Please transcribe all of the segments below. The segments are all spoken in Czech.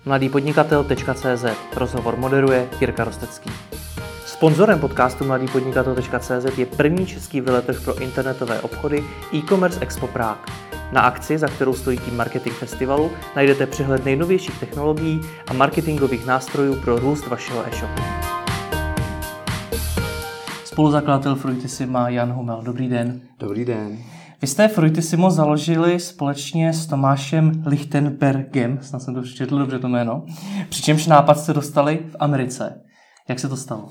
mladýpodnikatel.cz. Rozhovor moderuje Jirka Rostecký. Sponzorem podcastu mladýpodnikatel.cz je první český veletrh pro internetové obchody e-commerce Expo Prague. Na akci, za kterou stojí tým Marketing Festivalu, najdete přehled nejnovějších technologií a marketingových nástrojů pro růst vašeho e-shopu. Spoluzakladatel Fruitissima Jan Humel. Dobrý den. Dobrý den. Vy jste Fruitissimo založili společně s Tomášem Lichtenbergem, snad jsem to přečetl dobře to jméno, přičemž nápad jste dostali v Americe. Jak se to stalo?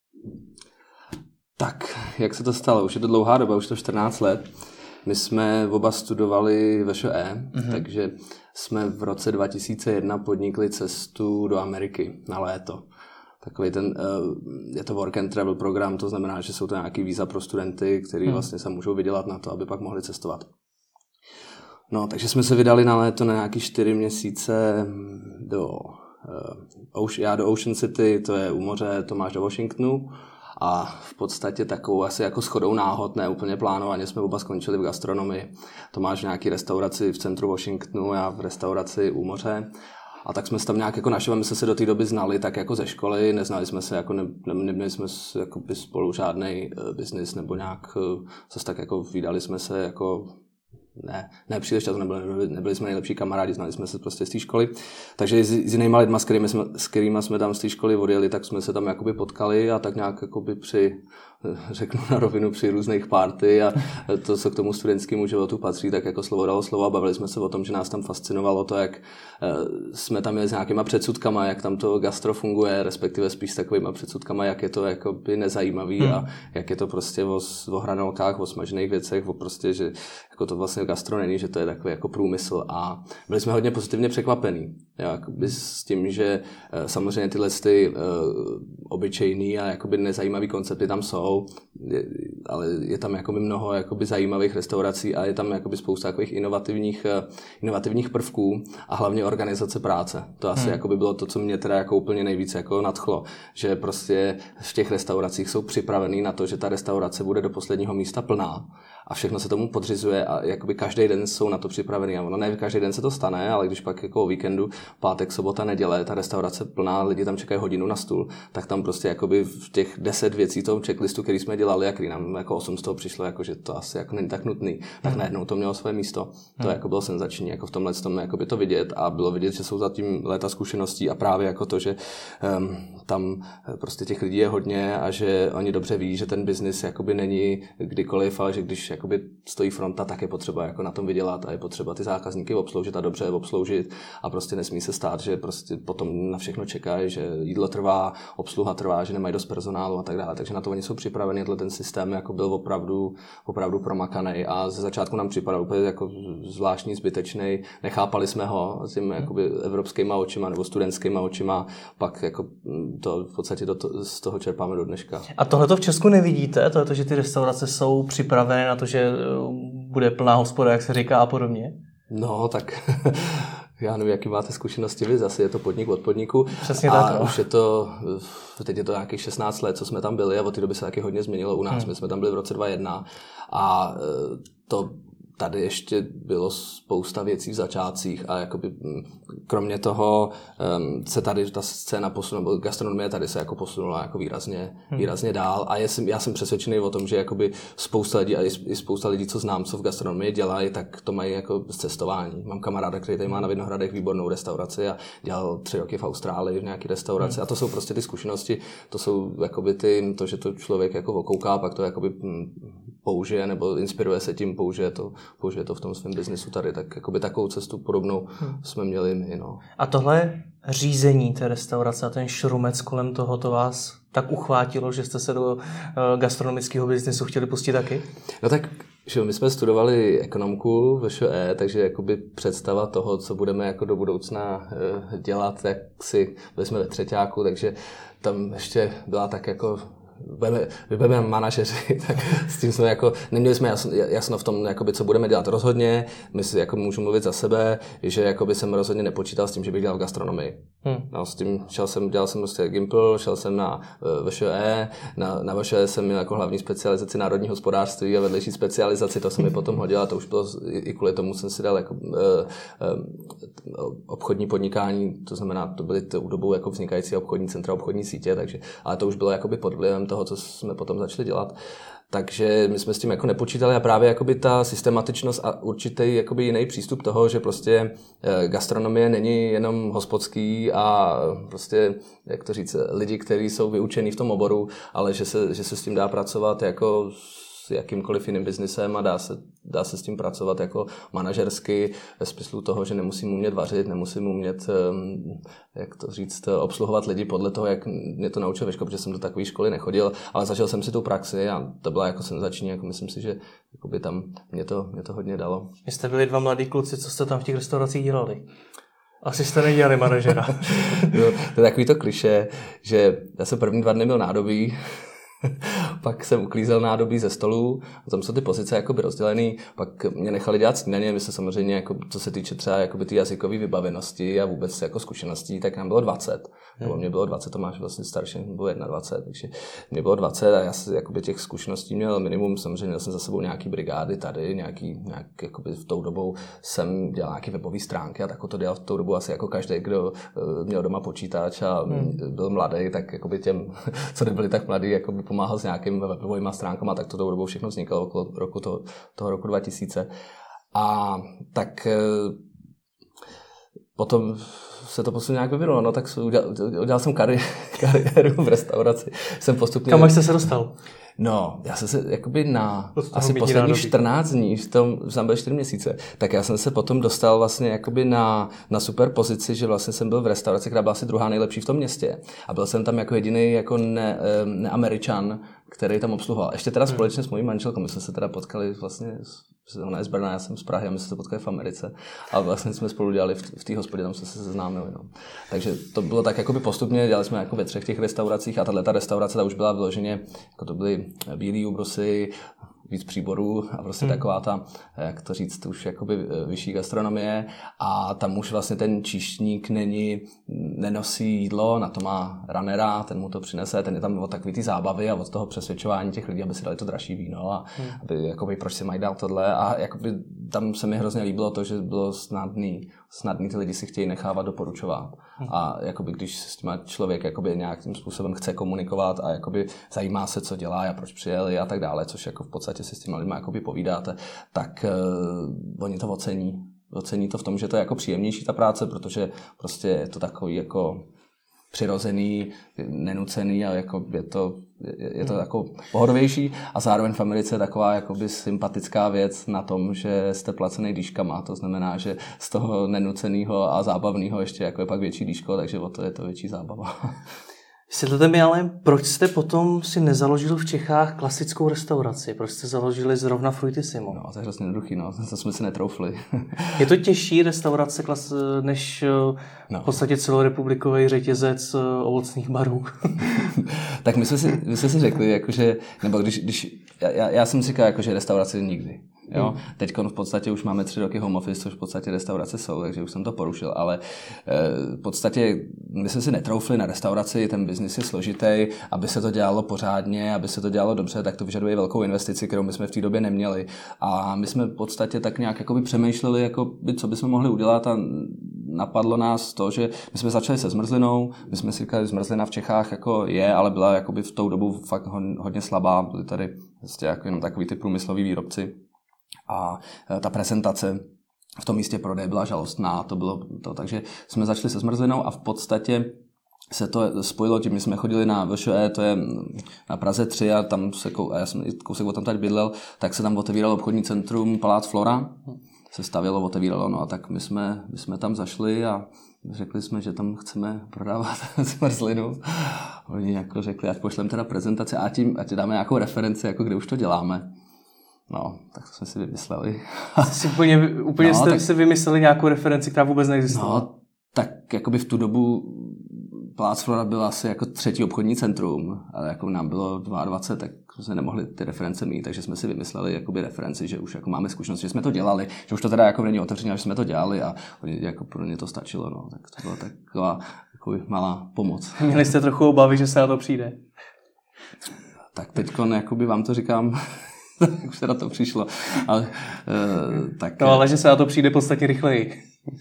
Tak, jak se to stalo? Už je to dlouhá doba, už to 14 let. My jsme oba studovali VŠE, takže jsme v roce 2001 podnikli cestu do Ameriky na léto. Takový ten, je to work and travel program, to znamená, že jsou to nějaký víza pro studenty, kteří vlastně se můžou vydělat na to, aby pak mohli cestovat. No, takže jsme se vydali na léto na nějaký 4 měsíce do Ocean City, to je u moře, Tomáš do Washingtonu. A v podstatě takovou asi jako shodou náhod, ne úplně plánovaně, jsme oba skončili v gastronomii. Tomáš v nějaký restauraci v centru Washingtonu, já v restauraci u moře. A tak jsme se tam nějak jako našli, my jsme se do té doby znali tak jako ze školy, neznali jsme se, jako neměli jsme jako spolu žádnej biznis nebo nějak, zase tak jako vydali jsme se jako ne příliš často, nebyli jsme nejlepší kamarádi, znali jsme se prostě z té školy. Takže s jinýma lidma, s kterýma jsme tam z té školy odjeli, tak jsme se tam jakoby potkali a tak nějak jakoby řeknu na rovinu, při různých party a to, co k tomu studentskému životu patří, tak jako slovo dalo slovo a bavili jsme se o tom, že nás tam fascinovalo to, jak jsme tam měli s nějakýma předsudkama, jak tam to gastro funguje, respektive spíš s takovýma předsudkama, jak je to jakoby nezajímavý a jak je to prostě o hranolkách, o smažených věcech, o prostě, že jako to vlastně gastro není, že to je takový jako průmysl a byli jsme hodně pozitivně překvapení. Jakoby s tím, že samozřejmě tyhle ty obyčejný a jakoby nezajímavý koncepty tam jsou, ale je tam jakoby mnoho jakoby zajímavých restaurací a je tam jakoby spousta takových inovativních prvků a hlavně organizace práce. To asi jakoby bylo to, co mě teda jako úplně nejvíce jako nadchlo, že prostě v těch restauracích jsou připravený na to, že ta restaurace bude do posledního místa plná a všechno se tomu podřizuje a jakoby každý den jsou na to připravený a ono ne každý den se to stane, ale když pak jako o víkendu, pátek, sobota, neděle, ta restaurace plná, lidi tam čekají hodinu na stůl, tak tam prostě jakoby v těch 10 věcí toho checklistu, který jsme dělali a který nám jako 8 z toho přišlo, jako že to asi jako není tak nutný, tak najednou to mělo své místo. To jako bylo senzační, jako v tomhle tom jakoby to vidět a bylo vidět, že jsou za tím léta zkušeností a právě jako to, že tam prostě těch lidí je hodně a že oni dobře ví, že ten biznis jakoby není kdykoliv, ale že když jakoby stojí fronta, tak je potřeba jako na tom vydělat a je potřeba ty zákazníky obsloužit a dobře obsloužit a prostě nesmí se stát, že prostě potom na všechno čekají, že jídlo trvá, obsluha trvá, že nemají dost personálu a tak dále. Takže na to oni jsou připraveni, ten systém jako byl opravdu promakaný a ze začátku nám připadal úplně jako zvláštní, zbytečný. Nechápali jsme ho s tím jakoby evropskýma očima nebo studentskýma očima, pak jako to v podstatě z toho čerpáme do dneška. A tohle to v Česku nevidíte? To je to, že ty restaurace jsou připravené na to, že bude plná hospoda, jak se říká a podobně? No, tak já nevím, jaký máte zkušenosti vy, zase je to podnik od podniku. Přesně tak, no. Už je to, teď je to nějakých 16 let, co jsme tam byli a od té doby se taky hodně změnilo u nás. My jsme tam byli v roce 2001 a to tady ještě bylo spousta věcí v začátcích a jakoby kromě toho se tady ta scéna posunula, gastronomie tady se jako posunula jako výrazně dál a já jsem přesvědčený o tom, že jakoby spousta lidí a i spousta lidí, co znám, co v gastronomii dělají, tak to mají jako z cestování. Mám kamaráda, který tady má na Vinohradech výbornou restauraci a dělal 3 roky v Austrálii v nějaké restauraci a to jsou prostě ty zkušenosti, to jsou jakoby to, že to člověk jako okouká, pak to jakoby použije nebo inspiruje se tím, použije to v tom svém biznesu tady, tak jakoby takovou cestu podobnou jsme měli my, no. A tohle řízení té restaurace a ten šrumec kolem toho, to vás tak uchvátilo, že jste se do gastronomického biznesu chtěli pustit taky? No tak, že my jsme studovali ekonomku ve ŠE, takže jakoby představa toho, co budeme jako do budoucna dělat, jak si byli jsme ve třeťáku, takže tam ještě byla tak jako budeme manažeři, tak s tím jsme jako, neměli jsme jasno v tom, jakoby, co budeme dělat rozhodně, my si jako můžu mluvit za sebe, že jakoby jsem rozhodně nepočítal s tím, že bych dělal v gastronomii. No, s tím dělal jsem prostě Gimpl, šel jsem na VŠE, na VŠE jsem měl jako hlavní specializaci národní hospodářství a vedlejší specializaci, to se mi potom hodilo, to už bylo, i kvůli tomu jsem si dal jako obchodní podnikání, to znamená, to byly tou dobou jako vznikající obchodní centra, obchodní sítě, takže, ale to už bylo jakoby pod vlivem toho, co jsme potom začali dělat. Takže my jsme s tím jako nepočítali a právě jakoby ta systematičnost a určitý jakoby jiný přístup toho, že prostě gastronomie není jenom hospodský a prostě, jak to říct, lidi, kteří jsou vyučení v tom oboru, ale že se s tím dá pracovat jako s jakýmkoliv jiným biznisem a dá se s tím pracovat jako manažersky ve smyslu toho, že nemusím umět vařit, nemusím umět, jak to říct, obsluhovat lidi podle toho, jak mě to naučil ve škole, protože jsem do takové školy nechodil, ale zažil jsem si tu praxi a to byla jako senzační, jako myslím si, že jakoby tam mě to hodně dalo. Vy jste byli dva mladí kluci, co jste tam v těch restauracích dělali? Asi jste nedělali manažera. To je takový to klišé, že já jsem první 2 dny byl nádobí, pak jsem uklízel nádobí ze stolu a tam jsou ty pozice jakoby rozdělený, pak mě nechali dělat snídaně, my se samozřejmě, jako, co se týče třeba jakoby ty jazykové vybavenosti a vůbec jako zkušeností, tak nám bylo 20. Nebo mě bylo 20, Tomáš vlastně starší, bylo 21, takže mě bylo 20 a já si jakoby těch zkušeností měl minimum, samozřejmě měl jsem za sebou nějaký brigády tady, nějaký jakoby v tou dobou jsem dělal nějaké webové stránky a tak to dělal v tou dobu asi jako každý, kdo měl doma počítač a byl mladý, tak jakoby těm, co nebyli tak mladí, jakoby pomáhal s nějakým webovými stránkami, tak to tou dobou všechno vznikalo okolo roku 2000. A tak potom se to prostě nějak vyvinulo, no tak udělal jsem kariéru v restauraci. Jsem postupně... Kam jste se dostal? No, já jsem se jakoby asi posledních 14 dní, tam byl 4 měsíce, tak já jsem se potom dostal vlastně jakoby na super pozici, že vlastně jsem byl v restauraci, která byla asi druhá nejlepší v tom městě. A byl jsem tam jako jediný jako neameričan, který tam obsluhoval. Ještě teda společně s mojí manželkou, my jsme se teda potkali vlastně, ona je z Brna, já jsem z Prahy a my jsme se potkali v Americe. A vlastně jsme spolu dělali v té hospodě, tam jsme se seznámili. No. Takže to bylo tak jakoby postupně, dělali jsme jako ve 3 těch restauracích a tato restaurace ta už byla vyloženě, jako to byly bílý úbrusy, víc příborů a prostě taková ta, jak to říct, už jakoby vyšší gastronomie a tam už vlastně ten číšník nenosí jídlo, na to má ranera, ten mu to přinese, ten je tam od takový ty zábavy a od toho přesvědčování těch lidí, aby si dali to dražší víno a aby, jakoby, proč si mají dát tohle a jakoby tam se mi hrozně líbilo to, že bylo snadný ty lidi si chtějí nechávat doporučovat a jakoby, když s těma člověk jakoby nějakým způsobem chce komunikovat a jakoby zajímá se, co dělá a proč přijeli a tak dále, což jako v podstatě si s těma lidma jakoby povídáte, tak oni to ocení. Ocení to v tom, že to je jako příjemnější ta práce, protože prostě je to takový jako přirozený, nenucený a jako je to jako pohodovější a zároveň v Americe je taková jakoby sympatická věc na tom, že jste placený dýškama, to znamená, že z toho nenuceného a zábavného ještě jako je pak větší dýško, takže o to je to větší zábava. Vysvětlete mi ale, proč jste potom si nezaložil v Čechách klasickou restauraci? Proč jste založili zrovna Fruitissimo? No, to je hrozně jednoduchý, no, to jsme si netroufli. Je to těžší restaurace než v podstatě celorepublikový řetězec ovocných barů? Tak my jsme si řekli, jakože, nebo když já jsem si říkal, jakože restaurace nikdy. Jo? Teď v podstatě už máme 3 roky home office, což v podstatě restaurace jsou, takže už jsem to porušil, ale v podstatě my jsme si netroufli na restauraci, ten biznis je složitý, aby se to dělalo pořádně, aby se to dělalo dobře, tak to vyžaduje velkou investici, kterou my jsme v té době neměli. A my jsme v podstatě tak nějak jakoby přemýšleli, jakoby, co bychom mohli udělat a napadlo nás to, že my jsme začali se zmrzlinou, my jsme si říkali, zmrzlina v Čechách jako je, ale byla jakoby v tou dobu fakt hodně slabá, byly tady vlastně jako jenom takový ty průmysloví výrobci. A ta prezentace v tom místě prodeje byla žalostná, to bylo to, takže jsme začali se zmrzlinou a v podstatě se to spojilo tím, my jsme chodili na VŠE, to je na Praze 3 a tam a já jsem kousek o tam tady bydlel, tak se tam otevíralo obchodní centrum Palác Flora, se stavělo, otevíralo, no a tak my jsme tam zašli a řekli jsme, že tam chceme prodávat zmrzlinu. Oni jako řekli, ať pošlem teda prezentaci a ať dáme nějakou referenci, jako kde už to děláme. No, tak to jsme si vymysleli. Úplně jste si vymysleli nějakou referenci, která vůbec neexistovala. No, tak jakoby v tu dobu Palác Flora byl asi jako 3. obchodní centrum, ale jako nám bylo 22, tak jsme nemohli ty reference mít, takže jsme si vymysleli jakoby referenci, že už jako máme zkušenost, že jsme to dělali, že už to teda jako není otevřené, že jsme to dělali a jako pro ně to stačilo, no. Tak to byla taková takový malá pomoc. Měli jste trochu obavy, že se na to přijde? Tak teďkon jakoby vám to říkám, už se na to přišlo. Ale, ale že se na to přijde podstatně rychleji.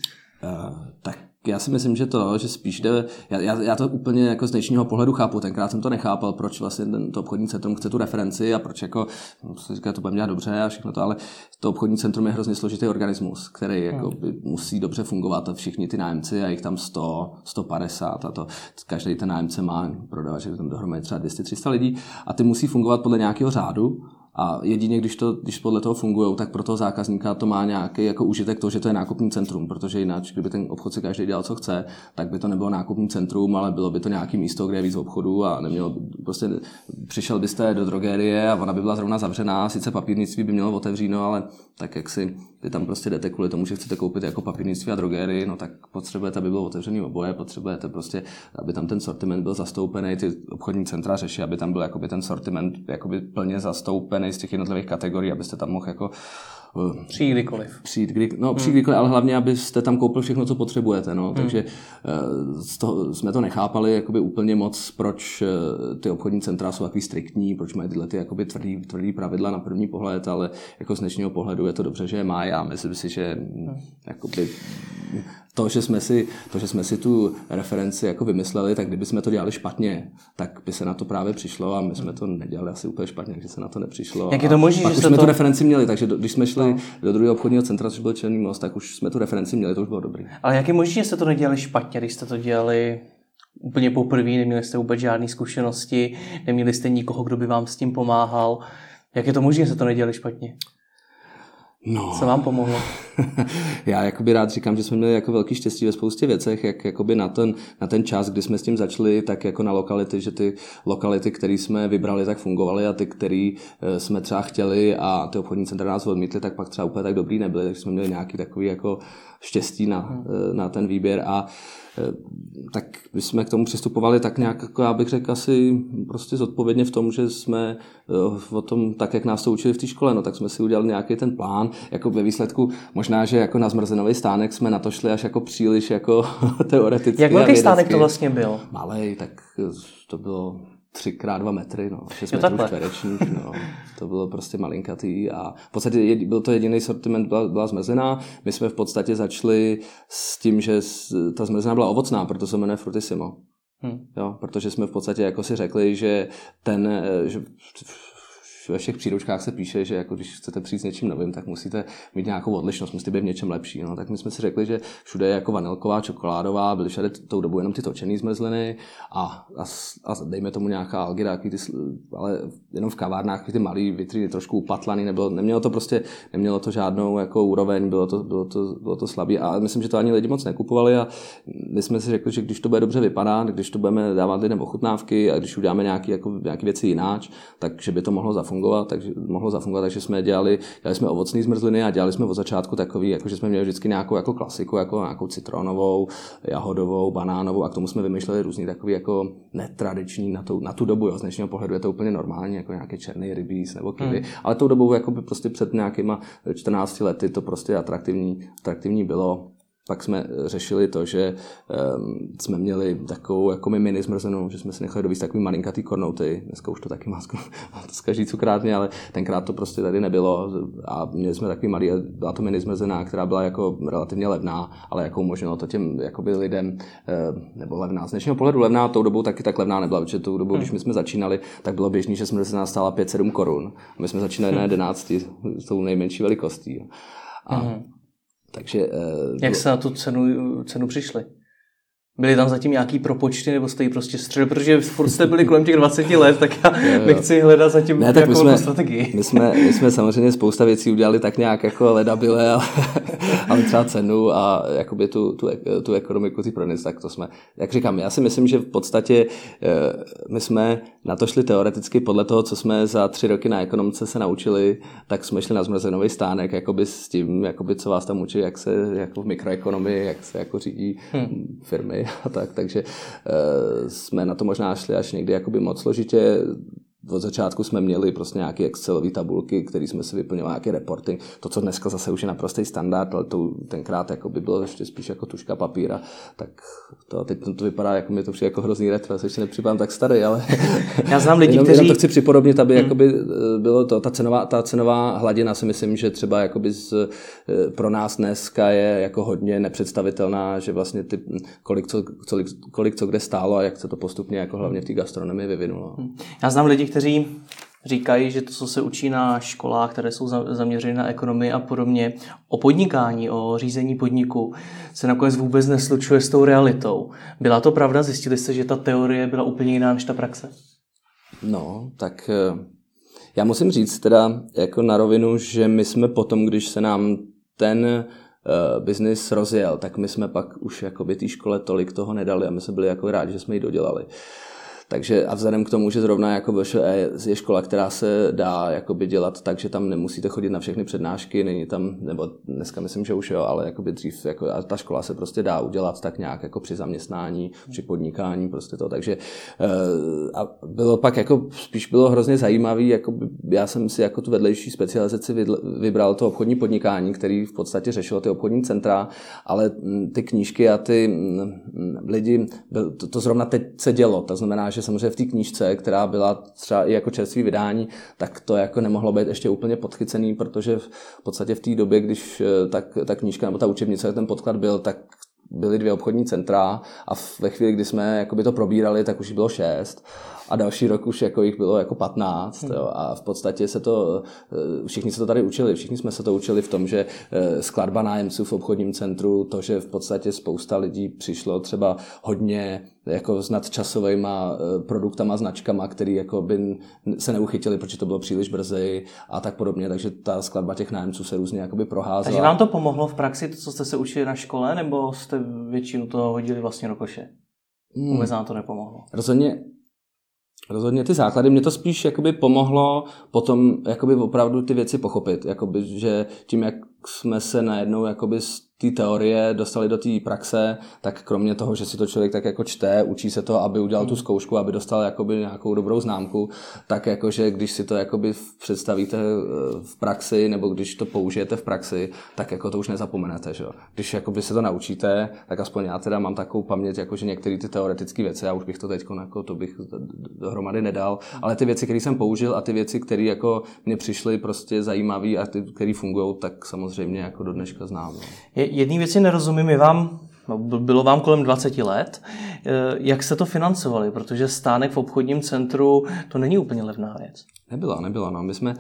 Tak já si myslím, že spíš jde, já to úplně jako z dnešního pohledu chápu, tenkrát jsem to nechápal, proč vlastně to obchodní centrum chce tu referenci a proč jako, se říká, to budeme dělat dobře a všechno to, ale to obchodní centrum je hrozně složitý organismus, který jako musí dobře fungovat a všichni ty nájemci a jich tam 100, 150 a to každý ten nájemce má prodavač, že tam dohromady třeba 200-300 lidí a ty musí fungovat podle nějakého řádu. A jedině, když podle toho fungují, tak pro toho zákazníka to má nějaký jako užitek to, že to je nákupní centrum, protože jinak, kdyby ten obchod si každý dělal, co chce, tak by to nebylo nákupní centrum, ale bylo by to nějaký místo, kde je víc obchodů a nemělo prostě přišel byste do drogerie a ona by byla zrovna zavřená, sice papírnictví by mělo otevříno, ale tak jak si vy tam prostě jdete kvůli tomu, že chcete koupit jako papírnictví a drogerii, no tak potřebujete, aby bylo otevřený oboje, potřebujete prostě, aby tam ten sortiment byl zastoupený, ty obchodní centra řeší, aby tam byl jakoby ten sortiment jakoby plně zastoupený z těch jednotlivých kategorií, abyste tam mohl jako přijít kdykoliv. Přijít kdykoliv, ale hlavně, abyste tam koupil všechno, co potřebujete. No. Takže z toho jsme to nechápali jakoby úplně moc, proč ty obchodní centra jsou takový striktní, proč mají tyhle ty jakoby tvrdý pravidla na první pohled, ale jako z dnešního pohledu je to dobře, že je mají a myslím si, že jakoby to, že jsme si tu referenci jako vymysleli, tak kdyby jsme to dělali špatně, tak by se na to právě přišlo a my jsme to nedělali asi úplně špatně, takže se na to nepřišlo. Jak je to možné, že jsme tu referenci měli, takže když jsme šli do druhého obchodního centra, což byl Černý most, tak už jsme tu referenci měli, to už bylo dobrý. Ale jak je možné, že jste to nedělali špatně, když jste to dělali úplně poprvé, neměli jste vůbec žádné zkušenosti, neměli jste nikoho, kdo by vám s tím pomáhal? Jak je to možné, že jste to nedělali špatně? No. Co vám pomohlo? Já jakoby rád říkám, že jsme měli jako velký štěstí ve spoustě věcech, jak jakoby na ten čas, kdy jsme s tím začali, tak jako na lokality, že ty lokality, které jsme vybrali, tak fungovaly a ty, které jsme třeba chtěli a ty obchodní centra nás odmítli, tak pak třeba úplně tak dobrý nebyly, takže jsme měli nějaký takový jako štěstí na ten výběr a tak jsme k tomu přistupovali tak nějak, jako já bych řekl, asi prostě zodpovědně v tom, že jsme o tom, tak jak nás to učili v té škole, no tak jsme si udělali nějaký ten plán, jako ve výsledku možná, že jako na zmrzenový stánek jsme na to šli až jako příliš jako teoreticky. Jak velký stánek to vlastně byl? Malej, tak to bylo 3x2 metry, 6 metrů čtverečních, to bylo prostě malinkatý a v podstatě byl to jediný sortiment, byla zmrzená. My jsme v podstatě začali s tím, že ta zmrzená byla ovocná, proto se jmenuje Frutissimo. Jo, protože jsme v podstatě jako si řekli, že že ve všech příručkách se píše, že jako když chcete přijít s něčím novým, tak musíte mít nějakou odlišnost, musíte být v něčem lepší. No. Tak my jsme si řekli, že všude je jako vanilková, čokoládová, byly všude tou dobu jenom ty točený zmrzliny a dejme tomu nějaká algira, ale jenom v kavárnách ty malý vitríny trošku upatlaný, nemělo to žádnou jako úroveň, bylo to slabý a myslím, že to ani lidi moc nekupovali a my jsme si řekli, že když to bude dobře vypadat, když to budeme dávat lidem ochutnávky a když uděláme nějaké věci jináč, takže by to mohlo zafungovat, takže jsme dělali jsme ovocné zmrzliny a dělali jsme od začátku takový, jako že jsme měli vždycky nějakou jako klasiku, jako nějakou citronovou, jahodovou, banánovou a k tomu jsme vymýšleli různý takový jako netradiční na tu dobu, jo. Z dnešního pohledu je to úplně normální, jako nějaký černý rybíz nebo kiwi, ale tou dobou jako by prostě před nějakýma 14 lety to prostě atraktivní bylo. Pak jsme řešili to, že jsme měli takovou jako mini zmrzenou, že jsme si nechali dovízt takový malinkatý kornouty. Dneska už to taky má to každý cukrátně, ale tenkrát to prostě tady nebylo a měli jsme takový malý, byla to mini zmrzená, která byla jako relativně levná, ale jako umožnilo to těm jakoby lidem, nebo levná. Z dnešního pohledu levná, tou dobou taky tak levná nebyla, protože tou dobou, když my jsme začínali, tak bylo běžný, že zmrzená stála 5-7 korun. My jsme začínali na 11 s tou nejmenší velikostí. Takže, jak se na tu cenu přišli? Byly tam zatím nějaký propočty, nebo jste ji prostě střelili, protože furt jste byli kolem těch 20 let, tak já nechci hledat zatím nějakou strategii. My jsme samozřejmě spousta věcí udělali tak nějak jako ledabile, ale třeba cenu a jakoby tu ekonomiku, ty prodejny, tak to jsme, jak říkám, já si myslím, že v podstatě my jsme na to šli teoreticky podle toho, co jsme za 3 roky na ekonomce se naučili, tak jsme šli na zmrzenový stánek, jakoby s tím, jakoby co vás tam učí, jak se jako v mikroekonomii, jak se jako řídí firmy a tak, takže jsme na to možná šli až někdy jakoby moc složitě. od začátku jsme měli prostě nějaké Excelové tabulky, které jsme si vyplňovali, nějaký reporting. To, co dneska zase už je naprostý standard, ale to tenkrát jako by bylo ještě spíš jako tuška papíra, tak teď to vypadá, jako mi to přijde jako hrozný retro, se ještě nepřipadám tak starý, ale já znám lidi, kteří... Jenom to chci připodobnit, aby jakoby bylo to, ta cenová hladina si myslím, že třeba jakoby pro nás dneska je jako hodně nepředstavitelná, že vlastně kolik co kde stálo a jak se to postupně jako hlavně v té gastronomii vyvinulo. Já znám lidi, kteří říkají, že to, co se učí na školách, které jsou zaměřeny na ekonomii a podobně, o podnikání, o řízení podniku, se nakonec vůbec neslučuje s tou realitou. Byla to pravda? Zjistili jste, že ta teorie byla úplně jiná než ta praxe? No, tak já musím říct teda jako na rovinu, že my jsme potom, když se nám ten biznis rozjel, tak my jsme pak už jakoby té škole tolik toho nedali a my jsme byli jako rádi, že jsme ji dodělali. Takže a vzhledem k tomu, že zrovna jako VŠE je škola, která se dá jakoby dělat tak, že tam nemusíte chodit na všechny přednášky, není tam, nebo dneska myslím, že už jo, ale jakoby dřív, jako, a ta škola se prostě dá udělat tak nějak jako při zaměstnání, při podnikání, prostě to, takže a bylo pak jako, spíš bylo hrozně zajímavý, jako já jsem si jako tu vedlejší specializaci vybral to obchodní podnikání, který v podstatě řešilo ty obchodní centra, ale ty knížky a ty lidi, to zrovna teď se dělo, to znamená, že samozřejmě v té knížce, která byla třeba i jako čerstvý vydání, tak to jako nemohlo být ještě úplně podchycený, protože v podstatě v té době, když ta knížka nebo ta učebnice, ten podklad byl, tak byly 2 obchodní centra a ve chvíli, kdy jsme jakoby to probírali, tak už jich bylo 6 a další rok už jako jich bylo jako 15 jo, a v podstatě všichni se to tady učili, všichni jsme se to učili v tom, že skladba nájemců v obchodním centru, to, že v podstatě spousta lidí přišlo třeba hodně jako s nadčasovejma produktama, značkama, který jako by se neuchytili, protože to bylo příliš brzy a tak podobně, takže ta skladba těch nájemců se různě jakoby proházela. Takže vám to pomohlo v praxi, to, co jste se učili na škole, nebo jste většinu toho hodili vlastně do koše? Vůbec nám to nepomohlo. Rozhodně ty základy, mě to spíš jakoby pomohlo potom jakoby opravdu ty věci pochopit, jakoby, že tím, jak jsme se najednou jakoby z té teorie dostali do té praxe, tak kromě toho, že si to člověk tak jako čte, učí se to, aby udělal tu zkoušku, aby dostal jakoby nějakou dobrou známku, tak jakože když si to jakoby představíte v praxi nebo když to použijete v praxi, tak jako to už nezapomenete, že jo. Když jakoby se to naučíte, tak aspoň já teda mám takovou paměť, jakože některé ty teoretické věci, já už bych to teď jako to bych dohromady nedal, ale ty věci, které jsem použil a ty věci, které jako mě přišly prostě zajímavé a ty, které fungují, tak samozřejmě jako do dneška znám. Jedný věci nerozumím, bylo vám kolem 20 let, jak se to financovali, protože stánek v obchodním centru, to není úplně levná věc. Nebyla, no. My jsme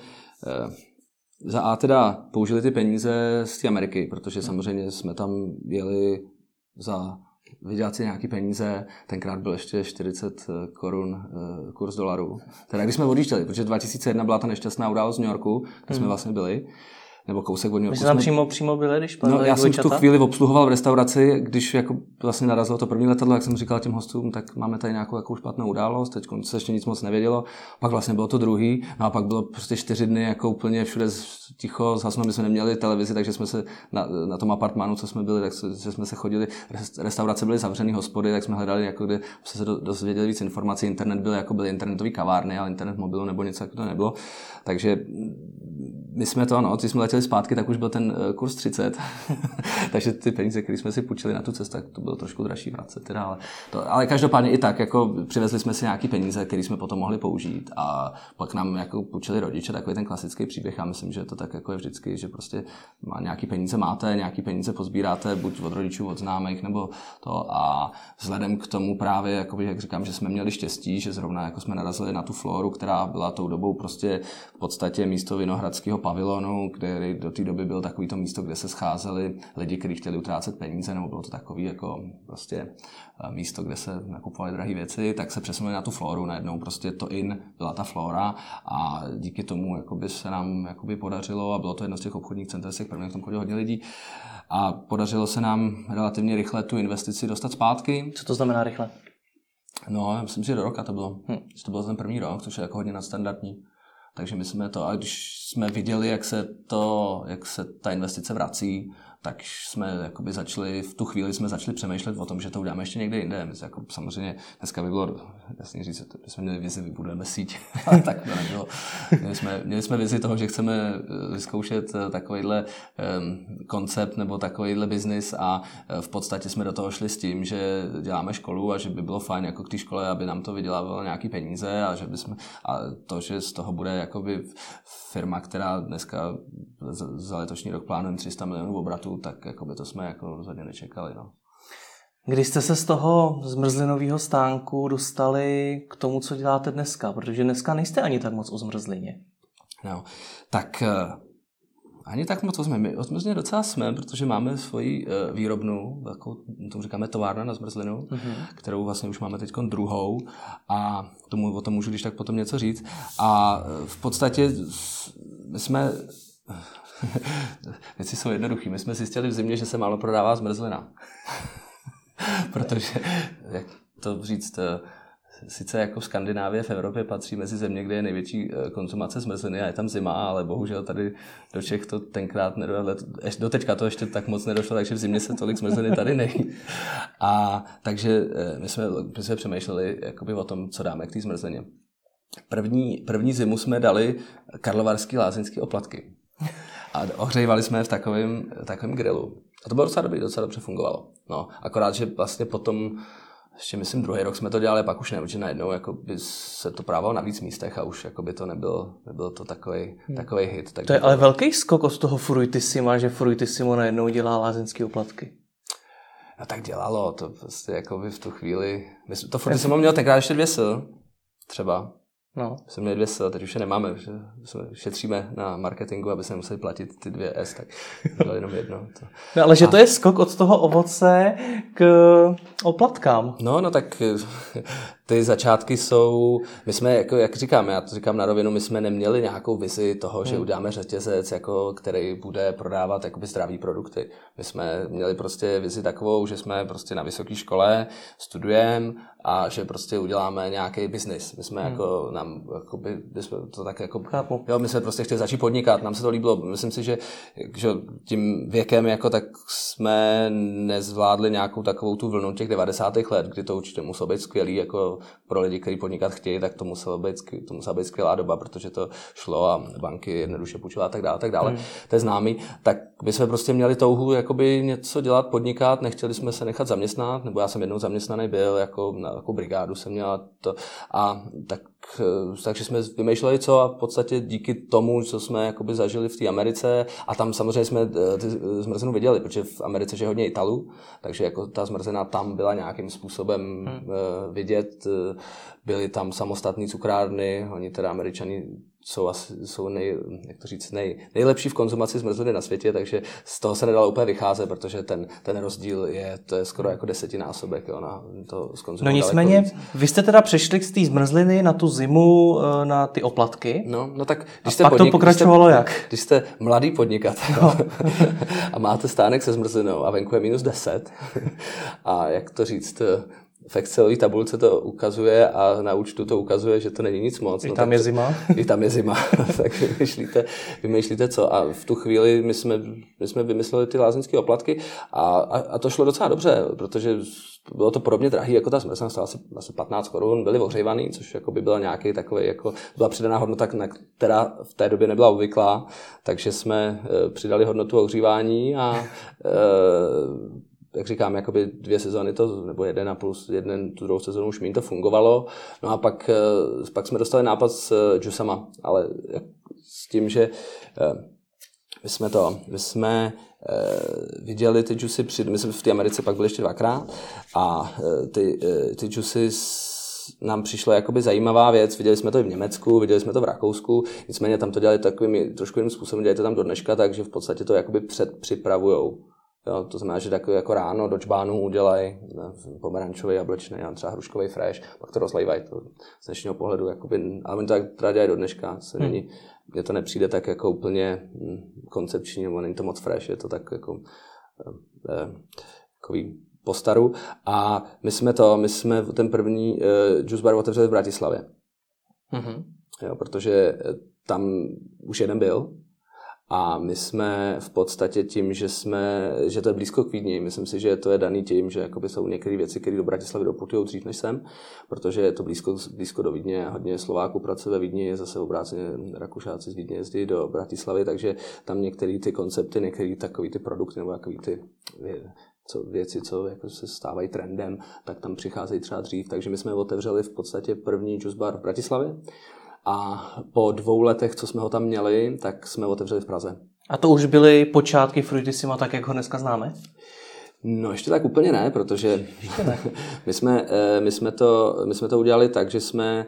za A teda použili ty peníze z té Ameriky, protože samozřejmě jsme tam jeli vydělat si nějaký peníze, tenkrát byl ještě 40 korun kurz dolaru. Teda když jsme odjížděli, protože 2001 byla ta nešťastná událost z New Yorku, kde jsme vlastně byli, nebo kousek od New Yorku. My jsme tam přímo byli, když já jsem v tu chvíli obsluhoval v restauraci, když jako vlastně narazilo to první letadlo, jak jsem říkal těm hostům, tak máme tady nějakou špatnou událost, teď se ještě nic moc nevědělo, pak vlastně bylo to druhý, no a pak bylo prostě 4 dny jako úplně všude ticho, zhasno, my jsme neměli televizi, takže jsme se na tom apartmánu, co jsme byli, tak jsme se chodili, restaurace byly zavřený, hospody, tak jsme hledali, jako kde se dozvěděli víc informací, internet byly internetový kavárny, ale internet mobilu nebo něco jako to nebylo, takže my jsme to, když jsme letěli zpátky, tak už byl ten kurz 30, takže ty peníze, které jsme si půjčili na tu cestu, tak to bylo trošku dražší vracet teda, ale každopádně i tak, jako přivezli jsme si nějaký peníze, které jsme potom mohli použít a pak nám jako půjčili rodiče, takový ten klasický příběh, já myslím, že to tak jako je vždycky, že prostě nějaký peníze máte, nějaký peníze pozbíráte, buď od rodičů, od známých, nebo to a vzhledem k tomu právě, jakoby, jak říkám, že jsme měli štěstí, že zrovna jako jsme narazili na tu Floru, která byla tou dobou prostě v podstatě místo Vinohradského pavilonu, kde do té doby bylo takový to místo, kde se scházeli lidi, kteří chtěli utrácet peníze, nebo bylo to takový jako prostě místo, kde se nakupovaly drahé věci, tak se přesunuli na tu Floru, najednou prostě to byla ta Flora a díky tomu jakoby se nám jakoby podařilo a bylo to jedno z těch obchodních center, z těch prvních, tam chodilo hodně lidí a podařilo se nám relativně rychle tu investici dostat zpátky. Co to znamená rychle? No, já myslím, že do roka to bylo. To byl ten první rok, což je jako hodně nadstandardní. Takže my jsme to, a když jsme viděli, jak se ta investice vrací, tak jsme jakoby v tu chvíli jsme začali přemýšlet o tom, že to uděláme ještě někde jinde. My jako, samozřejmě dneska by bylo jasně říct, že jsme měli vizi, vybudujeme síť, tak to nebylo. Měli jsme vizi toho, že chceme vyzkoušet takovýhle koncept nebo takovýhle biznis a v podstatě jsme do toho šli s tím, že děláme školu a že by bylo fajn jako k té škole, aby nám to vydělávalo nějaký peníze a to, že z toho bude jakoby firma, která dneska za letošní rok plánujeme 300 milionů obratu, tak jakoby to jsme jako rozhodně nečekali. No. Kdy jste se z toho zmrzlinového stánku dostali k tomu, co děláte dneska? Protože dneska nejste ani tak moc o zmrzlině. No, tak ani tak moc my o zmrzlině docela jsme, protože máme svoji výrobnu, takovou, tomu říkáme továrna na zmrzlinu, kterou vlastně už máme teď druhou a o tom můžu když tak potom něco říct. A v podstatě my jsme věci jsou jednoduchý. My jsme zjistili v zimě, že se málo prodává zmrzlina. Protože, jak to říct, sice jako v Skandinávii, v Evropě patří mezi země, kde je největší konzumace zmrzliny a je tam zima, ale bohužel tady do Čech to tenkrát do teďka to ještě tak moc nedošlo, takže v zimě se tolik zmrzliny tady nejí. A takže my jsme přemýšleli jakoby o tom, co dáme k té zmrzlině. První zimu jsme dali karlovarský lázeňský oplatky. A ohřejvali jsme v takovém grilu. A to bylo docela dobrý, docela dobře fungovalo. No, akorát, že vlastně potom, ještě myslím druhý rok jsme to dělali, pak už ne, protože najednou jako by se to právalo na víc místech a už jako by to nebylo to takový hit. To je ale velký skok od toho Fruitissima, že Fruitissimo najednou dělá lázeňské oplatky. No tak dělalo, to prostě jako by v tu chvíli, to Fruitissimo mělo tenkrát ještě 2 S, třeba. No. Jsme měli 2 S, teď už je nemáme, že šetříme na marketingu, aby se nemuseli platit ty 2 S, tak bylo jenom jedno. No ale že to je skok od toho ovoce k oplatkám. No tak ty začátky jsou, my jsme, jako, jak říkám, já to říkám na rovinu, my jsme neměli nějakou vizi toho, že uděláme řetězec, jako, který bude prodávat jakoby zdravý produkty. My jsme měli prostě vizi takovou, že jsme prostě na vysoké škole, studujeme a že prostě uděláme nějaký biznis. My jsme my jsme prostě chtěli začít podnikat, nám se to líbilo. Myslím si, že tím věkem jako tak jsme nezvládli nějakou takovou tu vlnu těch 90. let, kdy to určitě muselo být skvělý, jako pro lidi, kteří podnikat chtějí, tak to musela být skvělá doba, protože to šlo a banky jednoduše půjčovaly a tak dále. To je známý. Tak my jsme prostě měli touhu jakoby něco dělat, podnikat, nechtěli jsme se nechat zaměstnat, nebo já jsem jednou zaměstnaný byl, jako na takovou brigádu jsem měla to a takže jsme vymýšleli co a v podstatě díky tomu, co jsme jakoby zažili v té Americe a tam samozřejmě jsme ty zmrzlinu viděli, protože v Americe je hodně Italů, takže jako ta zmrzlina tam byla nějakým způsobem vidět, byly tam samostatné cukrárny, oni teda Američani jsou nejlepší v konzumaci zmrzliny na světě, takže z toho se nedalo úplně vycházet, protože ten rozdíl je skoro jako 10násobek, jo, na to zkonzumovalo. No nicméně, vy jste teda přešli z té zmrzliny na tu zimu, na ty oplatky. No tak, pak to pokračovalo jak? Když jste mladý podnikatel a máte stánek se zmrzlinou a venku je -10 a jak to říct, v Excelové tabulce to ukazuje a na účtu to ukazuje, že to není nic moc. I tam je zima. I tam je zima, tak vymýšlíte co. A v tu chvíli my jsme vymysleli ty lázeňské oplatky a to šlo docela dobře, protože bylo to podobně drahý, jako ta zmrzlina stála asi 15 korun, byly ohřívaný, což jako by byla nějaký takový, jako byla přidaná hodnota, která v té době nebyla obvyklá, takže jsme přidali hodnotu ohřívání a jak říkám, jakoby 2 sezóny nebo 1 plus 1 tu druhou sezónu už méně to fungovalo. No a pak jsme dostali nápad s džusama, ale s tím, že my jsme viděli ty džusy, my jsme v té Americe pak byli ještě 2krát a ty džusy nám přišlo jakoby zajímavá věc, viděli jsme to i v Německu, viděli jsme to v Rakousku, nicméně tam to dělali takovým trošku jiným způsobem, dělají to tam do dneška, takže v podstatě to jakoby předpřipravujou. Jo, to znamená, že takový jako ráno do čbánu udělají pomerančový, jablečný a třeba hruškový fresh, pak to rozlejvají to z dnešního pohledu, jakoby, ale oni to tak teda dělají do dneška. Mně to nepřijde tak jako úplně koncepční, nebo není to moc fresh, je to tak jako takový postaru. A my jsme ten první juice bar otevřeli v Bratislavě. Jo, protože tam už jeden byl. A my jsme v podstatě tím, že to je blízko k Vídni, myslím si, že to je daný tím, že jakoby jsou některé věci, které do Bratislavy doputujou dřív než sem, protože je to blízko do Vídně, hodně Slováků pracuje ve Vídni, zase obráceně Rakušáci z Vídně jezdí do Bratislavy, takže tam některé ty koncepty, některé takový ty produkty nebo takový ty věci, co jako se stávají trendem, tak tam přicházejí třeba dřív. Takže my jsme otevřeli v podstatě první juice bar v Bratislavě a po 2 letech, co jsme ho tam měli, tak jsme otevřeli v Praze. A to už byly počátky Fruitissima, tak jak ho dneska známe? No ještě tak úplně ne, protože my jsme to udělali tak, že jsme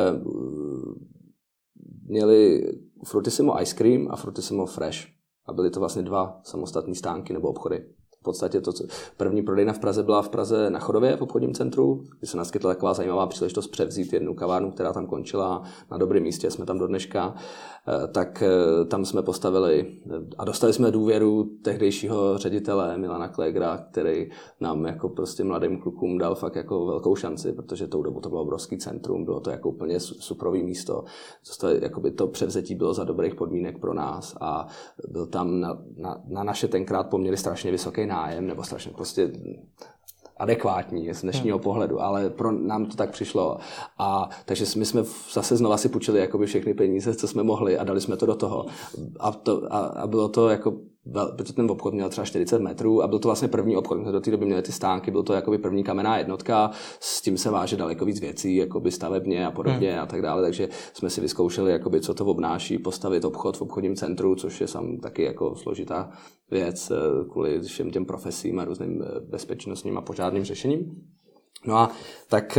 měli Fruitissimo Ice Cream a Fruitissimo Fresh. A byly to vlastně 2 samostatné stánky nebo obchody. V podstatě první prodejna v Praze byla v Praze na Chodově v obchodním centru, kdy se naskytla taková zajímavá příležitost převzít jednu kavárnu, která tam končila na dobrém místě, jsme tam do dneška, tak tam jsme postavili a dostali jsme důvěru tehdejšího ředitele Milana Klégra, který nám jako prostě mladým klukům dal fakt jako velkou šanci, protože tou dobu to bylo obrovský centrum, bylo to jako úplně suprový místo. Jakoby to převzetí bylo za dobrých podmínek pro nás a byl tam na naše tenkrát poměry strašně vysoký nájem, nebo strašně prostě adekvátní z dnešního pohledu, ale pro nám to tak přišlo. A takže my jsme zase znova si půjčili jakoby všechny peníze, co jsme mohli a dali jsme to do toho. A bylo to jako, protože ten obchod měl třeba 40 metrů a byl to vlastně první obchod, my jsme do té doby měli ty stánky, byl to jakoby první kamenná jednotka, s tím se váže daleko víc věcí, jakoby stavebně a podobně a tak dále, takže jsme si vyzkoušeli, jakoby, co to obnáší postavit obchod v obchodním centru, což je sam taky jako složitá věc kvůli všem těm profesím a různým bezpečnostním a požárným řešením. No a tak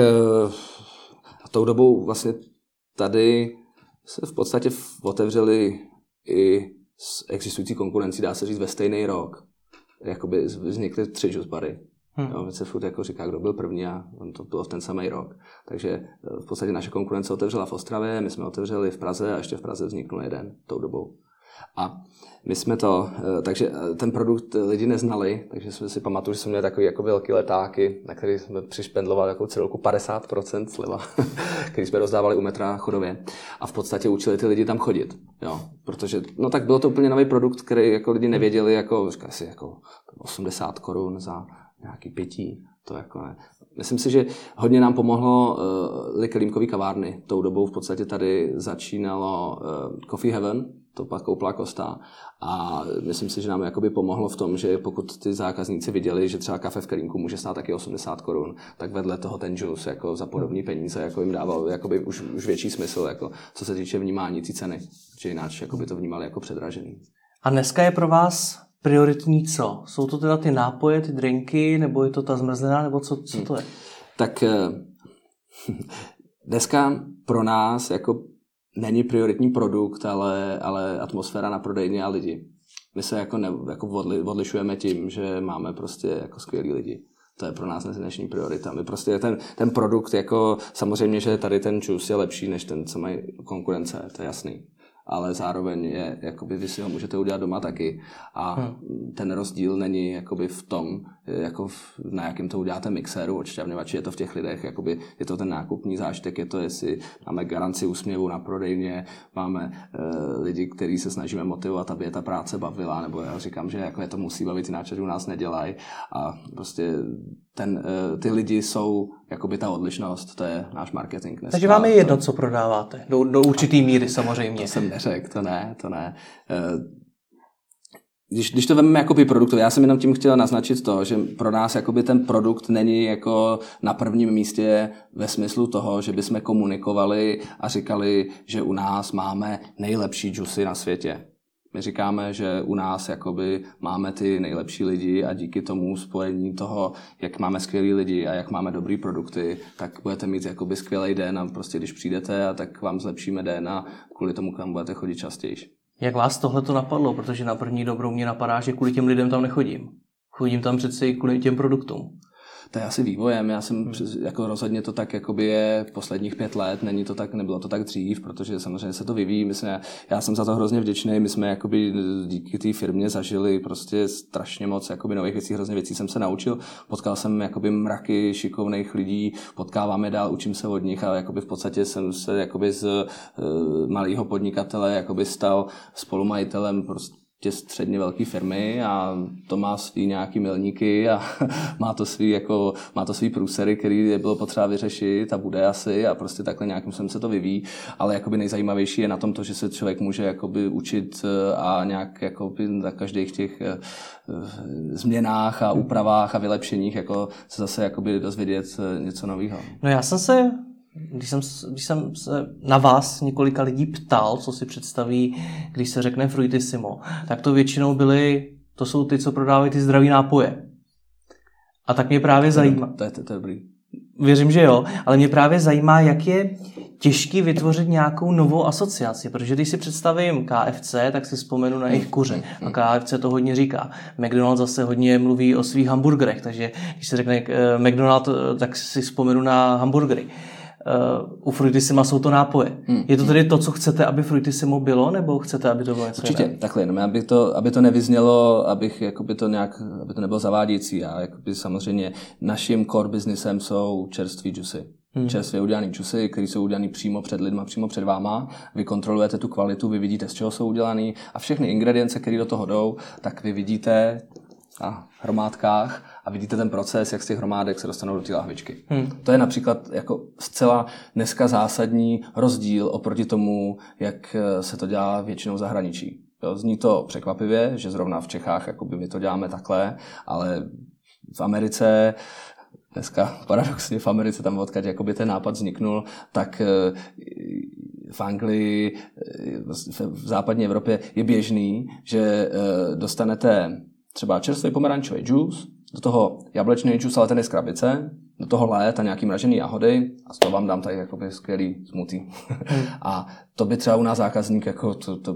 tou dobou vlastně tady se v podstatě otevřeli i s existující konkurencí, dá se říct, ve stejný rok. Jakoby vznikly 3 juice bary. No, se furt jako říká, kdo byl první a to bylo v ten samý rok. Takže v podstatě naše konkurence otevřela v Ostravě, my jsme otevřeli v Praze a ještě v Praze vzniknul jeden tou dobou. A my jsme takže ten produkt lidi neznali, takže jsme si pamatuju, že jsme měli takový jako velký letáky, na který jsme přišpendlovali jako celou 50% sleva, který jsme rozdávali u metra Chodově. A v podstatě učili ty lidi tam chodit, jo, protože, no tak bylo to úplně nový produkt, který jako lidi nevěděli, jako, asi jako 80 korun za nějaký pití, to jako ne. Myslím si, že hodně nám pomohlo Kelímkový kavárny. Tou dobou v podstatě tady začínalo Coffee Heaven, to pak koupila Costa a myslím si, že nám jakoby pomohlo v tom, že pokud ty zákazníci viděli, že třeba kafe v Kelímku může stát taky 80 korun, tak vedle toho ten juice jako za podobné peníze jako jim dával jakoby už větší smysl, jako co se týče vnímání té ceny, protože jináč jakoby to vnímali jako předražený. A dneska je pro vás prioritní co? Jsou to teda ty nápoje, ty drinky, nebo je to ta zmrzlená, nebo co to je? Tak dneska pro nás jako není prioritní produkt, ale atmosféra na prodejně a lidi. My se odlišujeme tím, že máme prostě jako skvělý lidi. To je pro nás dnešní priorita. My prostě ten produkt, jako samozřejmě, že tady ten juice je lepší než ten, co mají konkurence, to je jasný. Ale zároveň je, jakoby, vy si ho můžete udělat doma taky. A ten rozdíl není jakoby v tom, jako na jakém to uděláte mixéru, odšťavňovači, je to v těch lidech, jakoby, je to ten nákupní zážitek, je to, jestli máme garanci úsměvu na prodejně, máme lidi, který se snažíme motivovat, aby je ta práce bavila, nebo já říkám, že jako je to musí bavit, jináč u nás nedělají. A prostě ty lidi jsou jakoby ta odlišnost, to je náš marketing. Dneska. Takže vám je jedno, co prodáváte. Do určitý míry samozřejmě. To jsem neřekl, to ne. Když to vezmeme jakoby produktově, já jsem jenom tím chtěl naznačit to, že pro nás jakoby ten produkt není jako na prvním místě ve smyslu toho, že bychom komunikovali a říkali, že u nás máme nejlepší džusy na světě. My říkáme, že u nás jakoby máme ty nejlepší lidi a díky tomu spojení toho, jak máme skvělý lidi a jak máme dobrý produkty, tak budete mít jakoby skvělý den a prostě když přijdete, a tak vám zlepšíme den a kvůli tomu k vám budete chodit častěji. Jak vás tohle to napadlo? Protože na první dobrou mě napadá, že kvůli těm lidem tam nechodím. Chodím tam přece i kvůli těm produktům. To je asi vývojem. Já jsem jako rozhodně to tak jakoby je posledních 5 let, není to tak, nebylo to tak dřív, protože samozřejmě se to vyvíjí. Já jsem za to hrozně vděčný. My jsme jakoby díky té firmě zažili prostě strašně moc jakoby nových věcí, hrozně věcí jsem se naučil. Potkal jsem jakoby mraky šikovných lidí, potkáváme dál, učím se od nich a jakoby v podstatě jsem se jakoby z malého podnikatele jakoby stal spolumajitelem prostě středně velké firmy a to má svý nějaký milníky a má to svý průsery, který bylo potřeba vyřešit a bude asi a prostě takhle nějakým způsobem se to vyvíjí, ale jakoby nejzajímavější je na tom to, že se člověk může jakoby učit a nějak jakoby na každých těch změnách a úpravách a vylepšeních jako se zase jakoby dozvědět něco nového. No já jsem se Když jsem se na vás několika lidí ptal, co si představí, když se řekne Fruitissimo, tak to většinou to jsou ty, co prodávají ty zdraví nápoje. A tak mě právě zajímá. To je dobrý. Věřím, že jo, ale mě právě zajímá, jak je těžký vytvořit nějakou novou asociaci, protože když si představím KFC, tak si vzpomenu na jejich kuře a KFC to hodně říká. McDonald's zase hodně mluví o svých hamburgerech, takže když se řekne McDonald's, tak si vzpomenu na hamburgery. U Fruitissima jsou to nápoje. Je to tedy to, co chcete, aby Fruitissimo bylo, nebo chcete, aby to bylo něco Určitě, takhle, jenom aby to nevyznělo, aby to nebylo zavádějící. Já samozřejmě naším core businessem jsou čerství džusy. Čerstvě udělaný džusy, které jsou udělaný přímo před lidma, přímo před váma. Vy kontrolujete tu kvalitu, vy vidíte, z čeho jsou udělaný a všechny ingredience, které do toho jdou, tak vy vidíte na hromádkách a vidíte ten proces, jak z těch hromádek se dostanou do té lahvičky. To je například jako zcela dneska zásadní rozdíl oproti tomu, jak se to dělá většinou v zahraničí. Jo, zní to překvapivě, že zrovna v Čechách jakoby my to děláme takhle, ale v Americe dneska paradoxně v Americe, tam odkud jakoby ten nápad vzniknul, tak v Anglii, v západní Evropě je běžný, že dostanete třeba čerstvý pomerančový džus, do toho jablečný džus, ale ten je z krabice, do toho lét a nějaký mražený jahody a z toho vám dám tady jakoby skvělý smoothie. A to by třeba u nás zákazník jako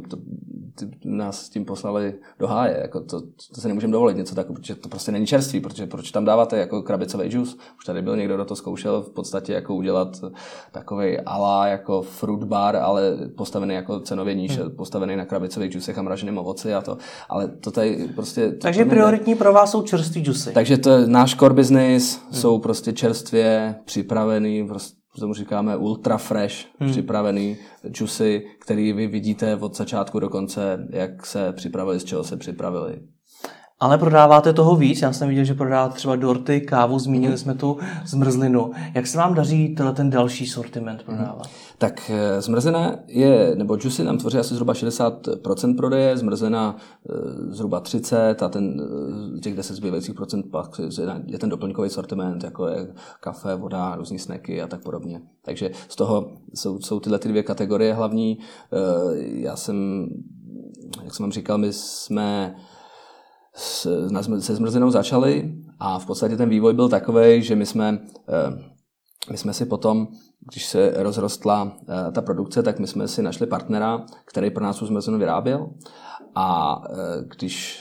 nás s tím poslali do háje. Jako to se nemůžeme dovolit něco takového, protože to prostě není čerstvý, protože proč tam dáváte jako krabicový džus? Už tady byl někdo, kdo to zkoušel v podstatě jako udělat takovej ala jako fruit bar, ale postavený jako cenově níž, postavený na krabicových džusech a mraženém ovoci a to. Ale to tady prostě... Takže prioritní pro vás jsou čerství džusy. Takže to je náš core business, jsou prostě čerstvě připravený, prostě tomu říkáme ultra fresh, připravený džusy, který vy vidíte od začátku do konce, jak se připravili, z čeho se připravili. Ale prodáváte toho víc, já jsem viděl, že prodáváte třeba dorty, kávu, zmínili jsme tu zmrzlinu. Jak se vám daří ten další sortiment prodávat? Tak zmrzlina nebo džusy nám tvoří asi zhruba 60% prodeje, zmrzlina zhruba 30% a těch 10 zbývajících procent pak je ten doplňkový sortiment, jako je kafe, voda, různý snacky a tak podobně. Takže z toho jsou tyhle ty 2 kategorie hlavní. Já jsem, jak jsem vám říkal, my jsme se zmrzlinou začali a v podstatě ten vývoj byl takovej, že my jsme si potom, když se rozrostla ta produkce, tak my jsme si našli partnera, který pro nás tu zmrzlinu vyráběl a když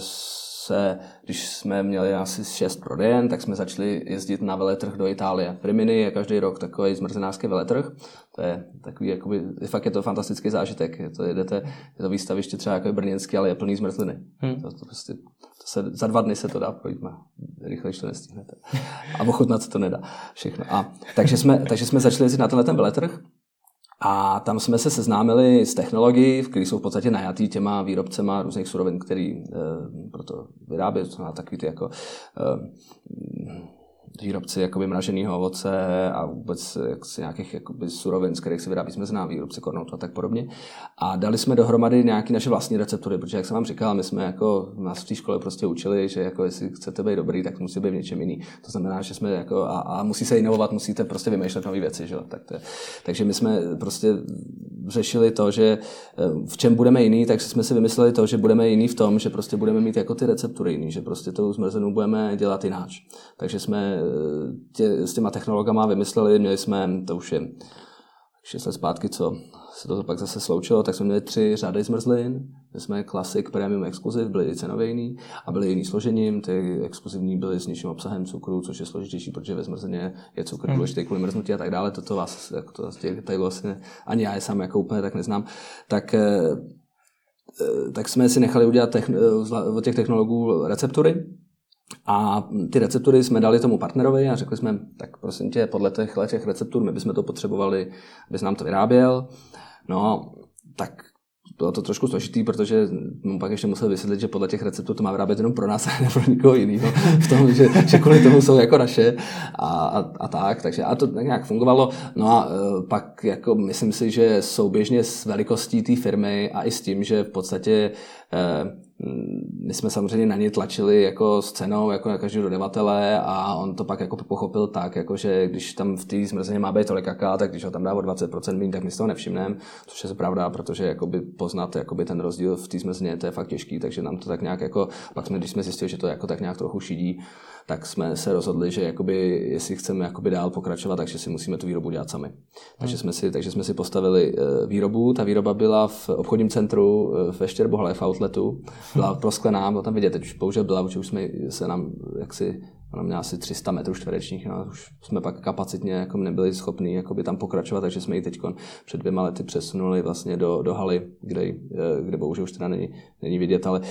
jsme měli asi 6 prodejen, tak jsme začali jezdit na veletrh do Itálie. V Rimini je každý rok takový zmrzlinářský veletrh. To je takový, jakoby, fakt je to fantastický zážitek. Je to výstaviště třeba jako brněnský, ale je plný zmrzliny. Za 2 dny se to dá projít, rychleji to nestihnete. A ochutnat se to nedá všechno. Takže jsme začali jezdit na tenhle veletrh. A tam jsme se seznámili s technologií, které jsou v podstatě najatý těma výrobcema různých surovin, který proto vyrábí, to má takový ty jako výrobci jakoby mraženého ovoce a vůbec nějakých jakoby surovin, z kterých se vyrábí zmrzlina, výrobci kornoutu a tak podobně. A dali jsme dohromady nějaké naše vlastní receptury, protože jak jsem vám říkal, my jsme jako nás v té škole prostě učili, že jako jestli chcete být dobrý, tak musí být v něčem jiný. To znamená, že jsme jako a musí se inovovat, musíte prostě vymýšlet nové věci, že? Takže my jsme prostě řešili to, že v čem budeme jiný, takže jsme si vymysleli to, že budeme jiný v tom, že prostě budeme mít jako ty receptury jiný, že prostě tou zmrzlinu budeme dělat jináč. Takže jsme s těma technologama vymysleli, měli jsme, to už je 6 let zpátky, co se to pak zase sloučilo, tak jsme měli 3 řady zmrzlin. My jsme Classic, Premium, Exclusive, byly i cenově jiný a byly jiný složením. Ty exkluzivní byly s nižším obsahem cukru, což je složitější, protože ve zmrzlině je cukr důležitý kvůli mrznutí a tak dále. Toto vás, jako to z těch detailů vlastně ani já je sám jako úplně tak neznám. Tak jsme si nechali udělat od těch technologů receptury. A ty receptury jsme dali tomu partnerovi a řekli jsme, tak prosím tě, podle těch receptur my bychom to potřebovali, abys nám to vyráběl. No, tak bylo to trošku složitý, protože mu pak ještě musel vysvětlit, že podle těch receptů to má vyrábět jenom pro nás a ne pro nikoho jiného. V tom, že kvůli tomu jsou jako naše a tak. Takže a to nějak fungovalo. No a pak jako myslím si, že souběžně s velikostí té firmy a i s tím, že v podstatě my jsme samozřejmě na něj tlačili jako s cenou, jako na každého dodavatele a on to pak jako pochopil tak, jako že když tam v té zmrzlině má být tolik kaká, tak když ho tam dá o 20% méně, tak my z toho nevšimneme, což je pravda, protože jakoby poznat jakoby ten rozdíl v té zmrzlině, to je fakt těžký, takže nám to tak nějak jako, pak když jsme zjistili, že to jako tak nějak trochu šidí, tak jsme se rozhodli, že jakoby, jestli chceme jakoby dál pokračovat, takže si musíme tu výrobu dělat sami. Takže jsme si postavili výrobu. Ta výroba byla v obchodním centru ve Štěrbohale v outletu. Byla prosklená, bylo tam vidět, teď už bohužel byla, už jsme se nám jaksi, ona měla asi 300 metrů čtverečních, no, už jsme pak kapacitně jako nebyli schopni jakoby tam pokračovat, takže jsme ji teď před 2 lety přesunuli vlastně do haly, kde bohužel už teda není vidět, ale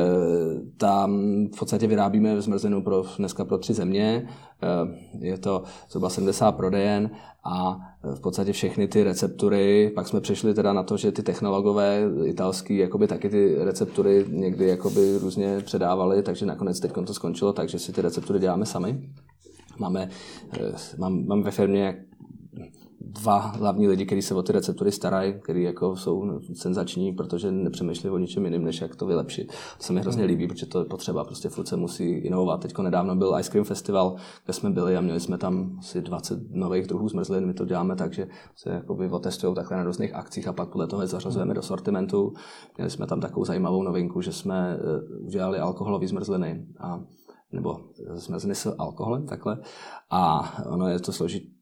tam v podstatě vyrábíme zmrzlinu dneska pro 3 země, je to zhruba 70 prodejen a v podstatě všechny ty receptury, pak jsme přešli teda na to, že ty technologové italský jakoby taky ty receptury někdy jakoby různě předávali, takže nakonec teď to skončilo, takže si ty receptury děláme sami. Máme ve firmě 2 hlavní lidi, kteří se o ty receptury starají, kteří jako jsou senzační, protože nepřemýšlí o ničem jiným, než jak to vylepšit. To se mi hrozně líbí, protože to je potřeba, prostě furt se musí inovovat. Teďko nedávno byl Ice Cream Festival, kde jsme byli a měli jsme tam asi 20 nových druhů zmrzlin. My to děláme tak, že se jakoby otestujou takhle na různých akcích a pak podle toho je zařazujeme do sortimentu. Měli jsme tam takovou zajímavou novinku, že jsme udělali alkoholové zmrzliny nebo zmrzliny s alkoholem, takhle. A ono je to složitý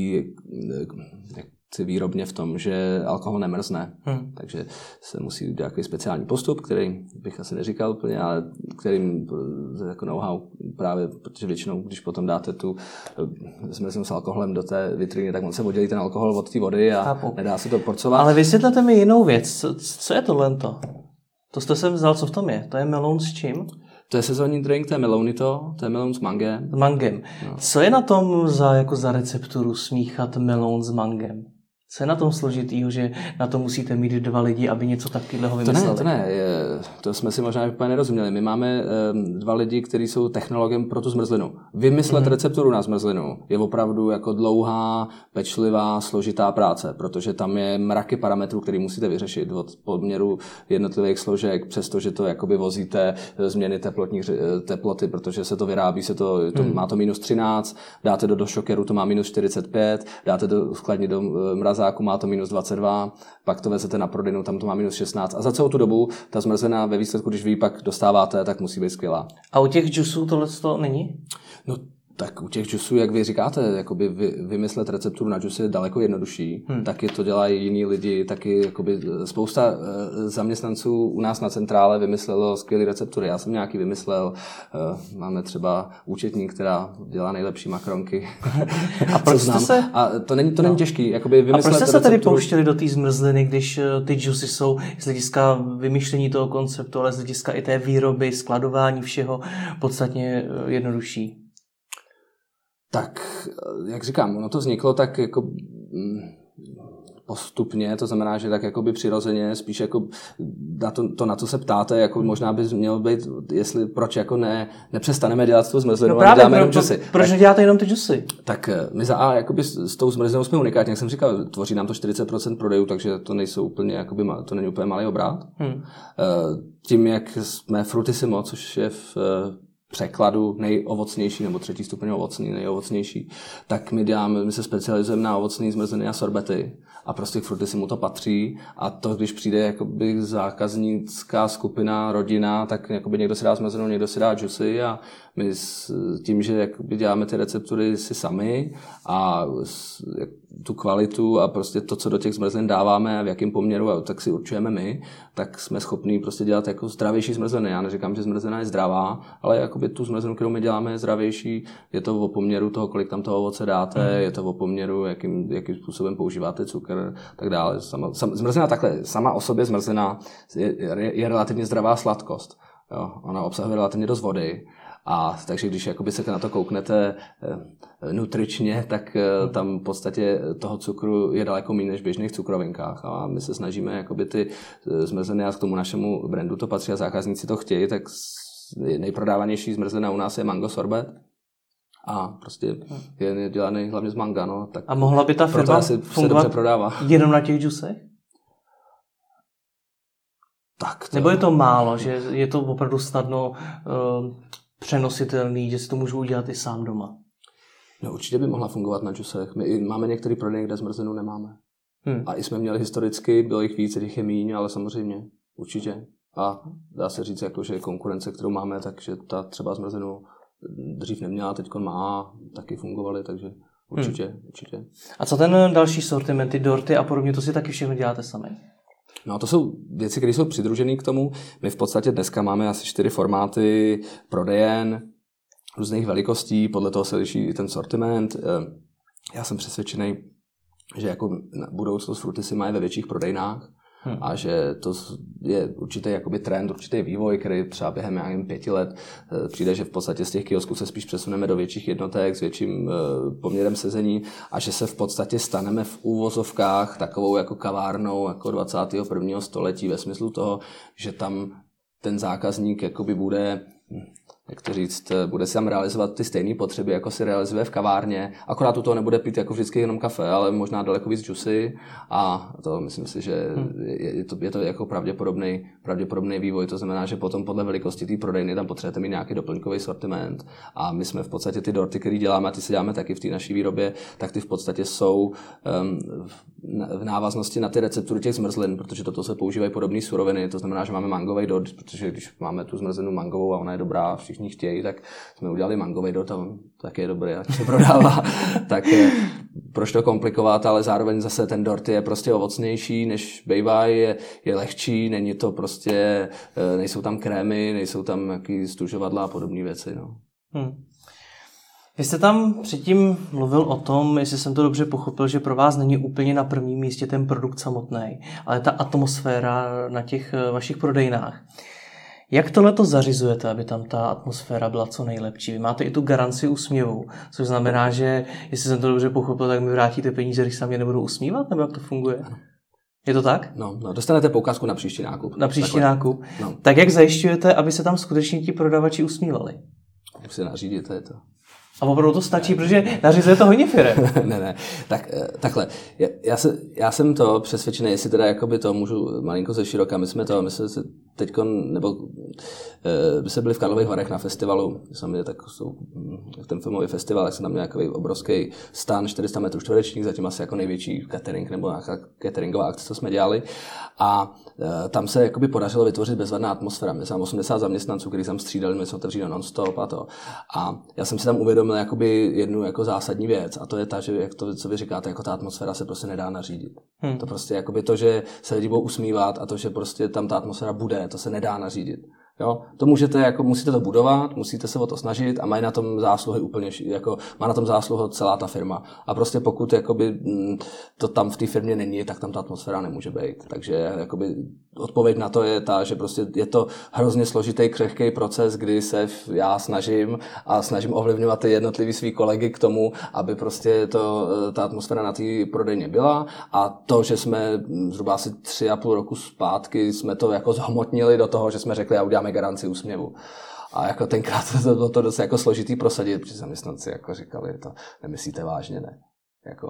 výrobně v tom, že alkohol nemrzne. Takže se musí udělat nějaký speciální postup, který bych asi neříkal úplně, ale kterým jako know-how právě, protože většinou, když potom dáte tu zmrzlinu s alkoholem do té vitriny, tak on se oddělí ten alkohol od té vody a nedá se to porcovat. Ale vysvětlete mi jinou věc. Co je tohle? To jste sem vzal, co v tom je? To je meloun s čím? To je sezónní drink, to je meloun s mangem. S mangem. No. Co je na tom za recepturu smíchat meloun s mangem? Co je na tom složitýho, že na to musíte mít 2 lidi, aby něco takového vymysleli? To ne. To jsme si možná úplně nerozuměli. My máme 2 lidi, kteří jsou technologem pro tu zmrzlinu. Vymyslet recepturu na zmrzlinu je opravdu jako dlouhá, pečlivá, složitá práce, protože tam je mraky parametrů, které musíte vyřešit od podměru jednotlivých složek, přestože to jakoby vozíte změny teploty, protože se to vyrábí, má to -13, dáte do šokeru, to má -45, dáte do skladní do mrazáku, má to -22, pak to vezete na prodejnu, tam to má -16 a za celou tu dobu ta zmrzlina ve výsledku, když vy pak dostáváte, tak musí být skvělá. A u těch džusů tohle to není? No tak u těch džusů, jak vy říkáte, jakoby vymyslet recepturu na džus je daleko jednodušší. Taky to dělají jiní lidi, taky jakoby spousta zaměstnanců u nás na centrále vymyslelo skvělé receptury. Já jsem nějaký vymyslel, máme třeba účetní, která dělá nejlepší makronky. A proč jste se... A to není těžký. Jakoby vymyslet a proč jste se recepturu... tedy pouštěli do té zmrzliny, když ty džusy jsou z hlediska vymýšlení toho konceptu, ale z hlediska i té výroby, skladování všeho podstatně jednodušší? Tak, jak říkám, ono to vzniklo tak jako postupně, to znamená, že tak jakoby přirozeně, spíš jako na co se ptáte, jako možná by mělo být, proč jako nepřestaneme dělat tu zmrzlinu a neděláme jenom džusy. Proč neděláte jenom ty džusy? Tak my za A jakoby s tou zmrzlinou jsme unikátní, jak jsem říkal, tvoří nám to 40% prodejů, takže to nejsou úplně, jakoby, to není úplně malý obrat. Tím, jak jsme Frutissimo, což je v překladu nejovocnější nebo 3. stupeň ovocný, nejovocnější, tak my se specializujeme na ovocný zmrzliny a sorbety a prostě k frutisimu to patří a to, když přijde jakoby zákaznická skupina, rodina, tak jakoby někdo si dá zmrzlinu, někdo si dá džusy a my tím, že jakoby děláme ty receptury si sami a tu kvalitu a prostě to, co do těch zmrzlin dáváme a v jakém poměru, tak si určujeme my, tak jsme schopní prostě dělat jako zdravější zmrzliny. Já neříkám, že zmrzlina je zdravá, ale jakoby tu zmrzlinu, kterou my děláme, je zdravější. Je to o poměru toho, kolik tam toho ovoce dáte, je to o poměru, jakým způsobem používáte cukr, tak dále. Zmrzlina takhle, sama o sobě zmrzlina je relativně zdravá sladkost. Jo? Ona obsahuje relativně dost vody. A takže když jakoby se na to kouknete nutričně, tak tam v podstatě toho cukru je daleko méně než v běžných cukrovinkách. A my se snažíme jakoby ty zmrzliny, a k tomu našemu brandu to patří a zákazníci to chtějí, tak nejprodávanější zmrzlina u nás je mango sorbet. A prostě je dělaný hlavně z manga. No, tak a mohla by ta firma fungovat jenom na těch džusech? Tak nebo je to málo, že je to opravdu snadno přenositelný, že si to můžu udělat i sám doma? No určitě by mohla fungovat na džusech. My máme některé prodejny, kde zmrzlinu nemáme. A i jsme měli historicky, bylo jich víc, těch je míň, ale samozřejmě, určitě. A dá se říct, jako, že konkurence, kterou máme, takže ta třeba zmrzlinu dřív neměla, teďkon má, taky fungovaly, takže určitě. A co ten další sortiment, ty dorty a podobně, to si taky všechno děláte sami? No to jsou věci, které jsou přidružené k tomu. My v podstatě dneska máme asi 4 formáty prodejen různých velikostí, podle toho se liší ten sortiment. Já jsem přesvědčený, že jako budoucnost Frutisima je ve větších prodejnách a že to je určitý jakoby trend, určitý vývoj, který třeba během 5 let přijde, že v podstatě z těch kiosků se spíš přesuneme do větších jednotek s větším poměrem sezení a že se v podstatě staneme v úvozovkách takovou jako kavárnou jako 21. století ve smyslu toho, že tam ten zákazník jakoby bude, jak to říct, bude si tam realizovat ty stejné potřeby, jako si realizuje v kavárně. Akorát u toho nebude pít jako vždycky jenom kafe, ale možná daleko víc džusy a to myslím si, že je to jako pravděpodobný vývoj. To znamená, že potom podle velikosti té prodejny tam potřebujete mít nějaký doplňkový sortiment a my jsme v podstatě ty dorty, které děláme a ty si děláme taky v té naší výrobě, tak ty v podstatě jsou v návaznosti na ty receptury těch zmrzlin, protože toto se používají podobné suroviny. To znamená, že máme mangový dort, protože když máme tu zmrzlinu mangovou a ona je dobrá, všichni chtějí, tak jsme udělali mangový dort a on taky je dobrý a se prodává. Tak proč to komplikovat, ale zároveň zase ten dort je prostě ovocnější než bejvá, je lehčí, není to prostě, nejsou tam krémy, nejsou tam nějaký stužovadla a podobné věci. No. Vy jste tam předtím mluvil o tom, jestli jsem to dobře pochopil, že pro vás není úplně na prvním místě ten produkt samotný, ale ta atmosféra na těch vašich prodejnách. Jak tohle to zařizujete, aby tam ta atmosféra byla co nejlepší? Vy máte i tu garanci úsměvu, což znamená, že jestli jsem to dobře pochopil, tak mi vrátíte peníze, když se mě nebudou usmívat, nebo jak to funguje? Je to tak? No, dostanete poukázku na příští nákup. Na příští nákup. No. Tak jak zajišťujete, aby se tam skutečně ti prodavači usmívali? Musí nařídit, to je to. A opravdu to stačí, protože nařizuje to hodně firem. ne. Takhle. Já jsem to přesvědčený, jestli teda jakoby to můžu malinko ze široka. My jsme se teďko, nebo my jsme byli v Karlových Varech na festivalu, ten filmový festival, tak jsem tam měl takový obrovský stan, 400 metrů čtverečních, zatím asi jako největší catering nebo nějaká cateringová akce, co jsme dělali. A tam se jakoby podařilo vytvořit bezvadná atmosféra. My jsme 80 zaměstnanců, kteří tam střídali, my jsme otevřeli non-stop a to. A já jsem si tam uvědomil jakoby jednu jako zásadní věc a to je ta, že jak to, co vy říkáte, jako ta atmosféra se prostě nedá nařídit. To prostě jakoby to, že se lidi budou usmívat a to, že prostě tam ta atmosféra bude, to se nedá nařídit. Jo? To musíte to budovat, musíte se o to snažit a mají na tom zásluhy úplně, jako má na tom zásluhu celá ta firma. A prostě pokud jakoby to tam v té firmě není, tak tam ta atmosféra nemůže být. Takže jakoby odpověď na to je ta, že prostě je to hrozně složitý, křehký proces, kdy se já snažím ovlivňovat ty jednotlivý svý kolegy k tomu, aby prostě ta atmosféra na té prodejně byla a to, že jsme zhruba asi 3,5 roku zpátky jsme to jako zhmotnili do toho, že jsme řekli, já uděláme garanci úsměvu. A jako tenkrát to bylo to dost jako složitý prosadit, protože zaměstnanci jako říkali, to nemyslíte vážně, ne? Jako,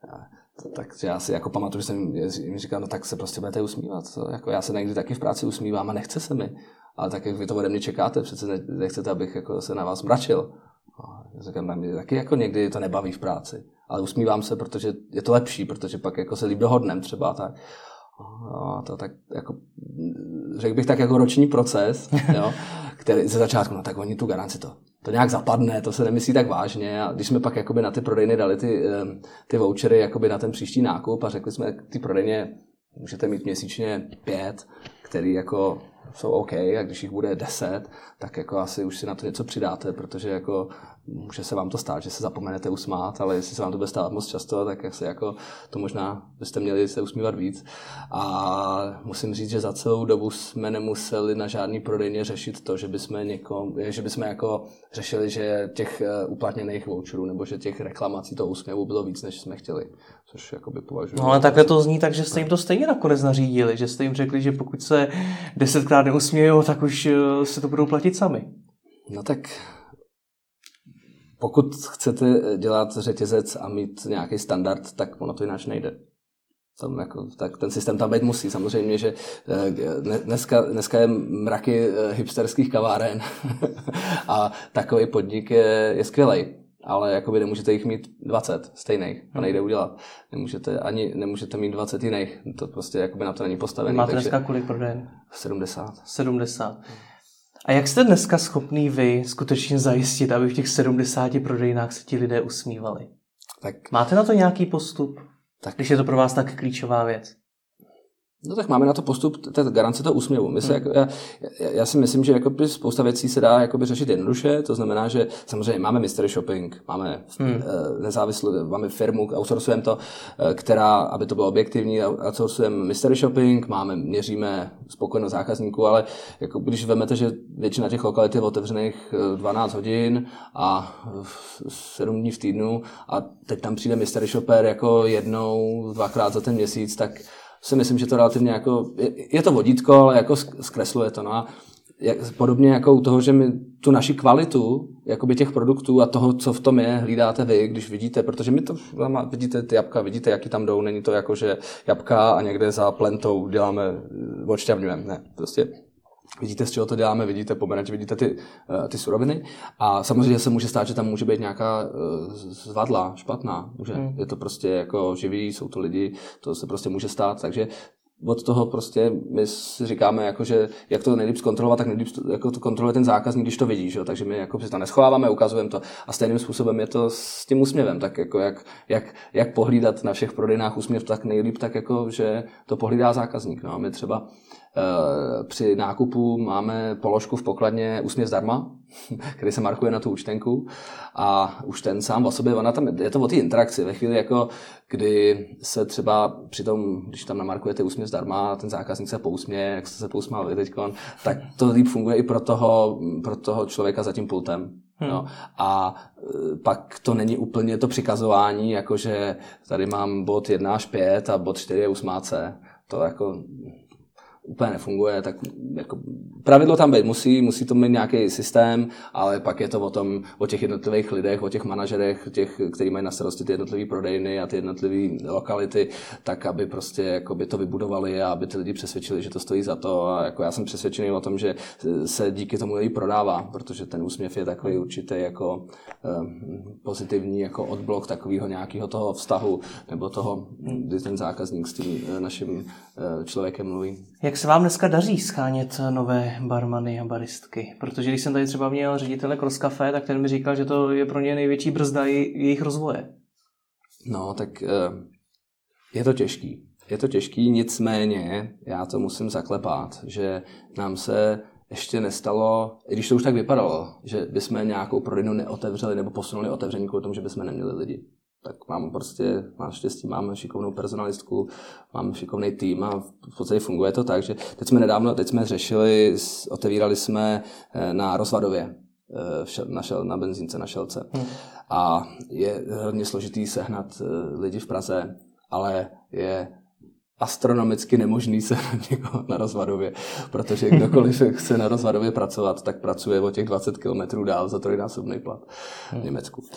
Takže já si jako pamatuju, že jsem jim říkal, no tak se prostě budete usmívat. Jako já se někdy taky v práci usmívám a nechce se mi. Ale tak jak vy to ode mě čekáte, přece nechcete, abych jako se na vás mračil. Já říkám, mě taky jako někdy to nebaví v práci. Ale usmívám se, protože je to lepší, protože pak jako se líp dohodnem třeba tak. A to tak jako, řekl bych tak jako roční proces, jo, který ze začátku, no tak oni tu garanci to nějak zapadne, to se nemyslí tak vážně a když jsme pak jakoby na ty prodejny dali ty vouchery jakoby na ten příští nákup a řekli jsme, ty prodejně můžete mít měsíčně 5, který jako jsou OK a když jich bude 10, tak jako asi už si na to něco přidáte, protože jako může se vám to stát, že se zapomenete usmát, ale jestli se vám to bude stávat moc často, tak jak se jako to možná byste měli se usmívat víc. A musím říct, že za celou dobu jsme nemuseli na žádný prodejně řešit to, že bychom jako řešili, že těch uplatněných voucherů nebo že těch reklamací toho úsměvu bylo víc, než jsme chtěli. Což jakoby považuji. No ale takhle to zní tak, že jste jim to stejně nakonec nařídili, že jste jim řekli, že pokud se 10krát neusmějou, tak už se to budou platit sami. No tak pokud chcete dělat řetězec a mít nějaký standard, tak ono to jinak nejde. Tam jako, tak ten systém tam být musí. Samozřejmě, že dneska je mraky hipsterských kaváren a takový podnik je skvělej. Ale jakoby nemůžete jich mít 20 stejných. To nejde udělat. Nemůžete mít 20 jiných. To prostě jakoby na to není postavený. Máte dneska kolik prodejen? 70. A jak jste dneska schopný vy skutečně zajistit, aby v těch 70 prodejnách se ti lidé usmívali? Tak, máte na to nějaký postup? Tak, když je to pro vás tak klíčová věc? No tak máme na to postup té garance toho úsměvu. Já si myslím, že jakoby spousta věcí se dá jakoby řešit jednoduše, to znamená, že samozřejmě máme mystery shopping, máme nezávislou, máme firmu, outsourcujeme to, která, aby to bylo objektivní, outsourcujeme mystery shopping, měříme spokojenost zákazníků, ale jako když vezmete, že většina těch lokalit je otevřených 12 hodin a 7 dní v týdnu a teď tam přijde mystery shopper jako jednou, 2krát za ten měsíc, tak si myslím, že to relativně jako, je to vodítko, ale jako zkresluje to. No a podobně jako u toho, že my tu naši kvalitu jakoby těch produktů a toho, co v tom je, hlídáte vy, když vidíte, protože my to vidíte ty jabka, vidíte, jaký tam jdou, není to jako, že jabka a někde za plentou děláme, odšťavňujeme, ne, prostě vidíte, z čeho to děláme, vidíte pomeranč, vidíte ty suroviny a samozřejmě se může stát, že tam může být nějaká zvadla, špatná, je to prostě jako živý, jsou to lidi, to se prostě může stát, takže od toho prostě my si říkáme, jako, že jak to nejlíp zkontrolovat, tak nejlíp jako to kontroluje ten zákazník, když to vidí, že? Takže my jako si to neschováváme, ukazujeme to a stejným způsobem je to s tím úsměvem, tak jako jak pohlídat na všech prodejnách úsměv, tak nejlíp tak jako, že to pohlídá zákazník. No a my třeba při nákupu máme položku v pokladně úsměv zdarma, který se markuje na tu účtenku a už ten sám o sobě, je to o té interakci. Ve chvíli, jako, kdy se třeba při tom, když tam namarkujete úsměv zdarma, ten zákazník se pousměje, jak jste se pousmál vy teďkon, tak to líp funguje i pro toho člověka za tím pultem. No. A pak to není úplně to přikazování, jakože tady mám bod 1 až 5 a bod 4 je usmát se. To jako úplně nefunguje, tak jako pravidlo tam být musí to mít nějaký systém, ale pak je to o těch jednotlivých lidech, o těch manažerech, kteří mají na starosti ty jednotlivé prodejny a ty jednotlivé lokality, tak aby prostě jako by to vybudovali a aby ty lidi přesvědčili, že to stojí za to a jako já jsem přesvědčený o tom, že se díky tomu lidi prodává, protože ten úsměv je takový určitý jako pozitivní jako odblok takového nějakého toho vztahu nebo toho, kdy ten zákazník s tím naším člověkem mluví. Jak se vám dneska daří schánět nové barmany a baristky? Protože když jsem tady třeba měl ředitele Cross Café, tak ten mi říkal, že to je pro ně největší brzda jejich rozvoje. No, tak je to těžký, nicméně já to musím zaklepat, že nám se ještě nestalo, i když to už tak vypadalo, že bychom nějakou prodejnu neotevřeli nebo posunuli otevření kvůli tomu, že bychom neměli lidi. Tak mám štěstí, máme šikovnou personalistku, máme šikovný tým a v podstatě funguje to tak, že teď jsme řešili, otevírali jsme na Rozvadově, na benzínce, na Šelce. A je hodně složitý sehnat lidi v Praze, ale je astronomicky nemožný sehnat někoho na Rozvadově, protože kdokoliv chce na Rozvadově pracovat, tak pracuje o těch 20 kilometrů dál za trojnásobný plat v Německu.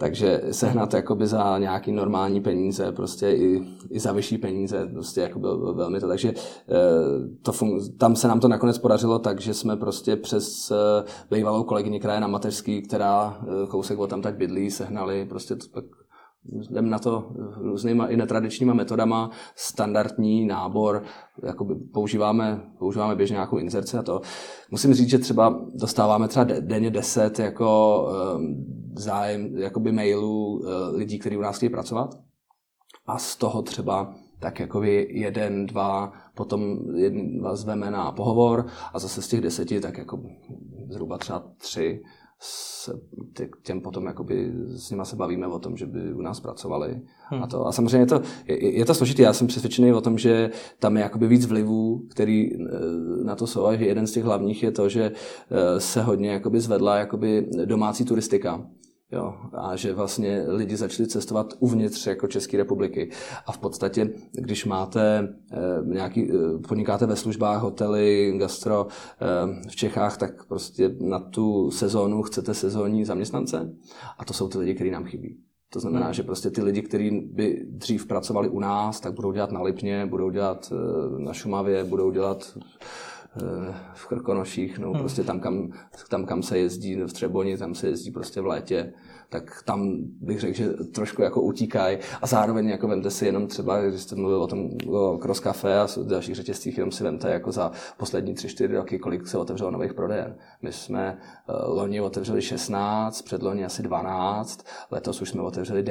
Takže sehnat jakoby za nějaký normální peníze, prostě i za vyšší peníze, prostě jako bylo velmi to. Takže tam se nám to nakonec podařilo tak, že jsme prostě přes bývalou kolegyni kraje na Mateřský, která kousek od tam tak bydlí, sehnali prostě jdeme na to různýma i netradičníma metodama, standardní nábor, jakoby používáme běžně nějakou inzerci a to. Musím říct, že třeba dostáváme třeba denně 10 jako zájem, jakoby mailů lidí, kteří u nás chtějí pracovat a z toho třeba tak jakoby 1, 2, potom vás zveme na pohovor a zase z těch 10 tak jako zhruba třeba 3 těm potom jakoby s nima se bavíme o tom, že by u nás pracovali. A samozřejmě je to složitý. Já jsem přesvědčený o tom, že tam je jakoby víc vlivů, který na to jsou. A jeden z těch hlavních je to, že se hodně jakoby zvedla jakoby domácí turistika. Jo, a že vlastně lidi začali cestovat uvnitř jako České republiky. A v podstatě, když máte podnikáte ve službách, hotely, gastro v Čechách, tak prostě na tu sezónu chcete sezónní zaměstnance a to jsou ty lidi, kteří nám chybí. To znamená, že prostě ty lidi, kteří by dřív pracovali u nás, tak budou dělat na Lipně, budou dělat na Šumavě, budou dělat v Krkonoších, no prostě tam, kam se jezdí v Třeboni, tam se jezdí prostě v létě, tak tam bych řekl, že trošku jako utíkají a zároveň jako vemte si jenom třeba, když jste mluvil o tom Cross Café a dalších řetězcích, jenom si vemte jako za poslední 3-4 roky, kolik se otevřelo nových prodejen. My jsme loni otevřeli 16, předloni asi 12, letos už jsme otevřeli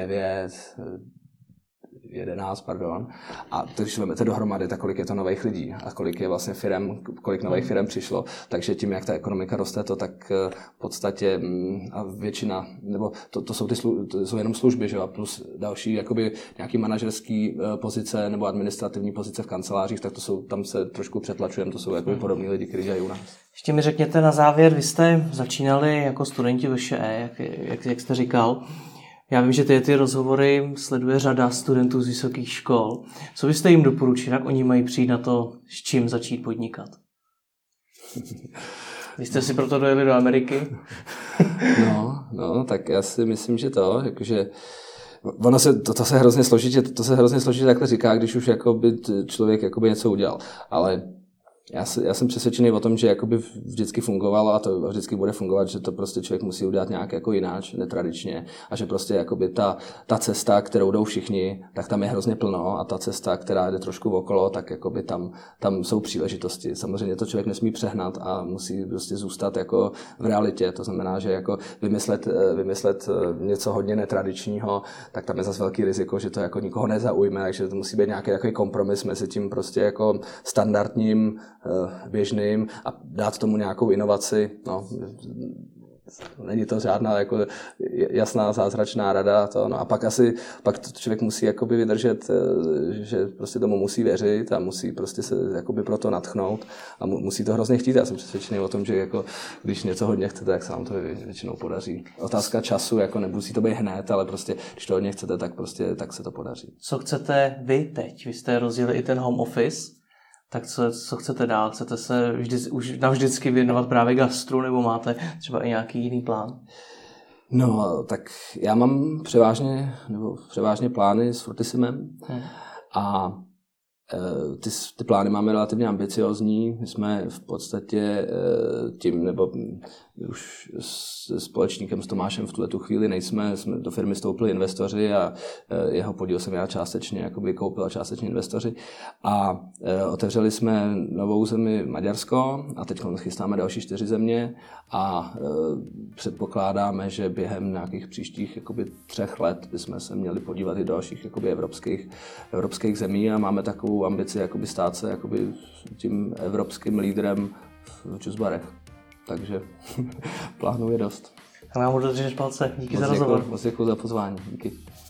11, pardon. A když vezmete dohromady, tak kolik je to nových lidí a kolik je vlastně kolik nových firem přišlo. Takže tím, jak ta ekonomika roste, to tak v podstatě a většina, nebo to jsou jenom služby, že? A plus další jakoby nějaký manažerský pozice nebo administrativní pozice v kancelářích, tak tam se trošku přetlačujeme, to jsou jakoby podobní lidi, kteří dělají u nás. Ještě mi řekněte na závěr, vy jste začínali jako studenti VŠE, jak jste říkal. Já vím, že ty rozhovory sleduje řada studentů z vysokých škol. Co byste jim doporučili, jak oni mají přijít na to, s čím začít podnikat? Vy jste si proto dojeli do Ameriky? No, tak já si myslím, že jakože to se hrozně složitě takhle říká, když už jakoby člověk jakoby něco udělal. Ale já jsem přesvědčený o tom, že jakoby vždycky fungovalo a to vždycky bude fungovat, že to prostě člověk musí udělat nějak jako jináč, netradičně a že prostě jakoby ta cesta, kterou jdou všichni, tak tam je hrozně plno a ta cesta, která jde trošku okolo, tak jakoby tam jsou příležitosti. Samozřejmě to člověk nesmí přehnat a musí prostě zůstat jako v realitě. To znamená, že jako vymyslet něco hodně netradičního, tak tam je zase velký riziko, že to jako nikoho nezaujme, takže to musí být nějaký takový kompromis mezi tím prostě jako standardním běžným a dát tomu nějakou inovaci. No, není to žádná jako jasná zázračná rada. A pak to člověk musí jakoby vydržet, že prostě tomu musí věřit a musí prostě se jakoby pro to nadchnout a musí to hrozně chtít. Já jsem přesvědčený o tom, že jako, když něco hodně chcete, tak se vám to většinou podaří. Otázka času, jako nemusí to být hned, ale prostě, když to hodně chcete, tak se to podaří. Co chcete vy teď? Vy jste rozjeli i ten home office. Tak co chcete dál? Chcete se už navždycky věnovat právě gastru, nebo máte třeba i nějaký jiný plán? No, tak já mám převážně plány s Fortissimem a ty plány máme relativně ambiciozní. My jsme v podstatě už se společníkem s Tomášem v tuto chvíli nejsme, jsme do firmy vstoupili investoři a jeho podíl jsem já částečně jakoby koupil a částečně investoři a otevřeli jsme novou zemi Maďarsko a teď chystáme další 4 země a předpokládáme, že během nějakých příštích jakoby 3 let bychom se měli podívat i do dalších jakoby evropských zemí a máme takovou ambici jakoby stát se jakoby tím evropským lídrem v džusbarech. Takže plánů je dost. A já budu držet palce. Díky za rozhovor. Moc děkuji za pozvání. Díky.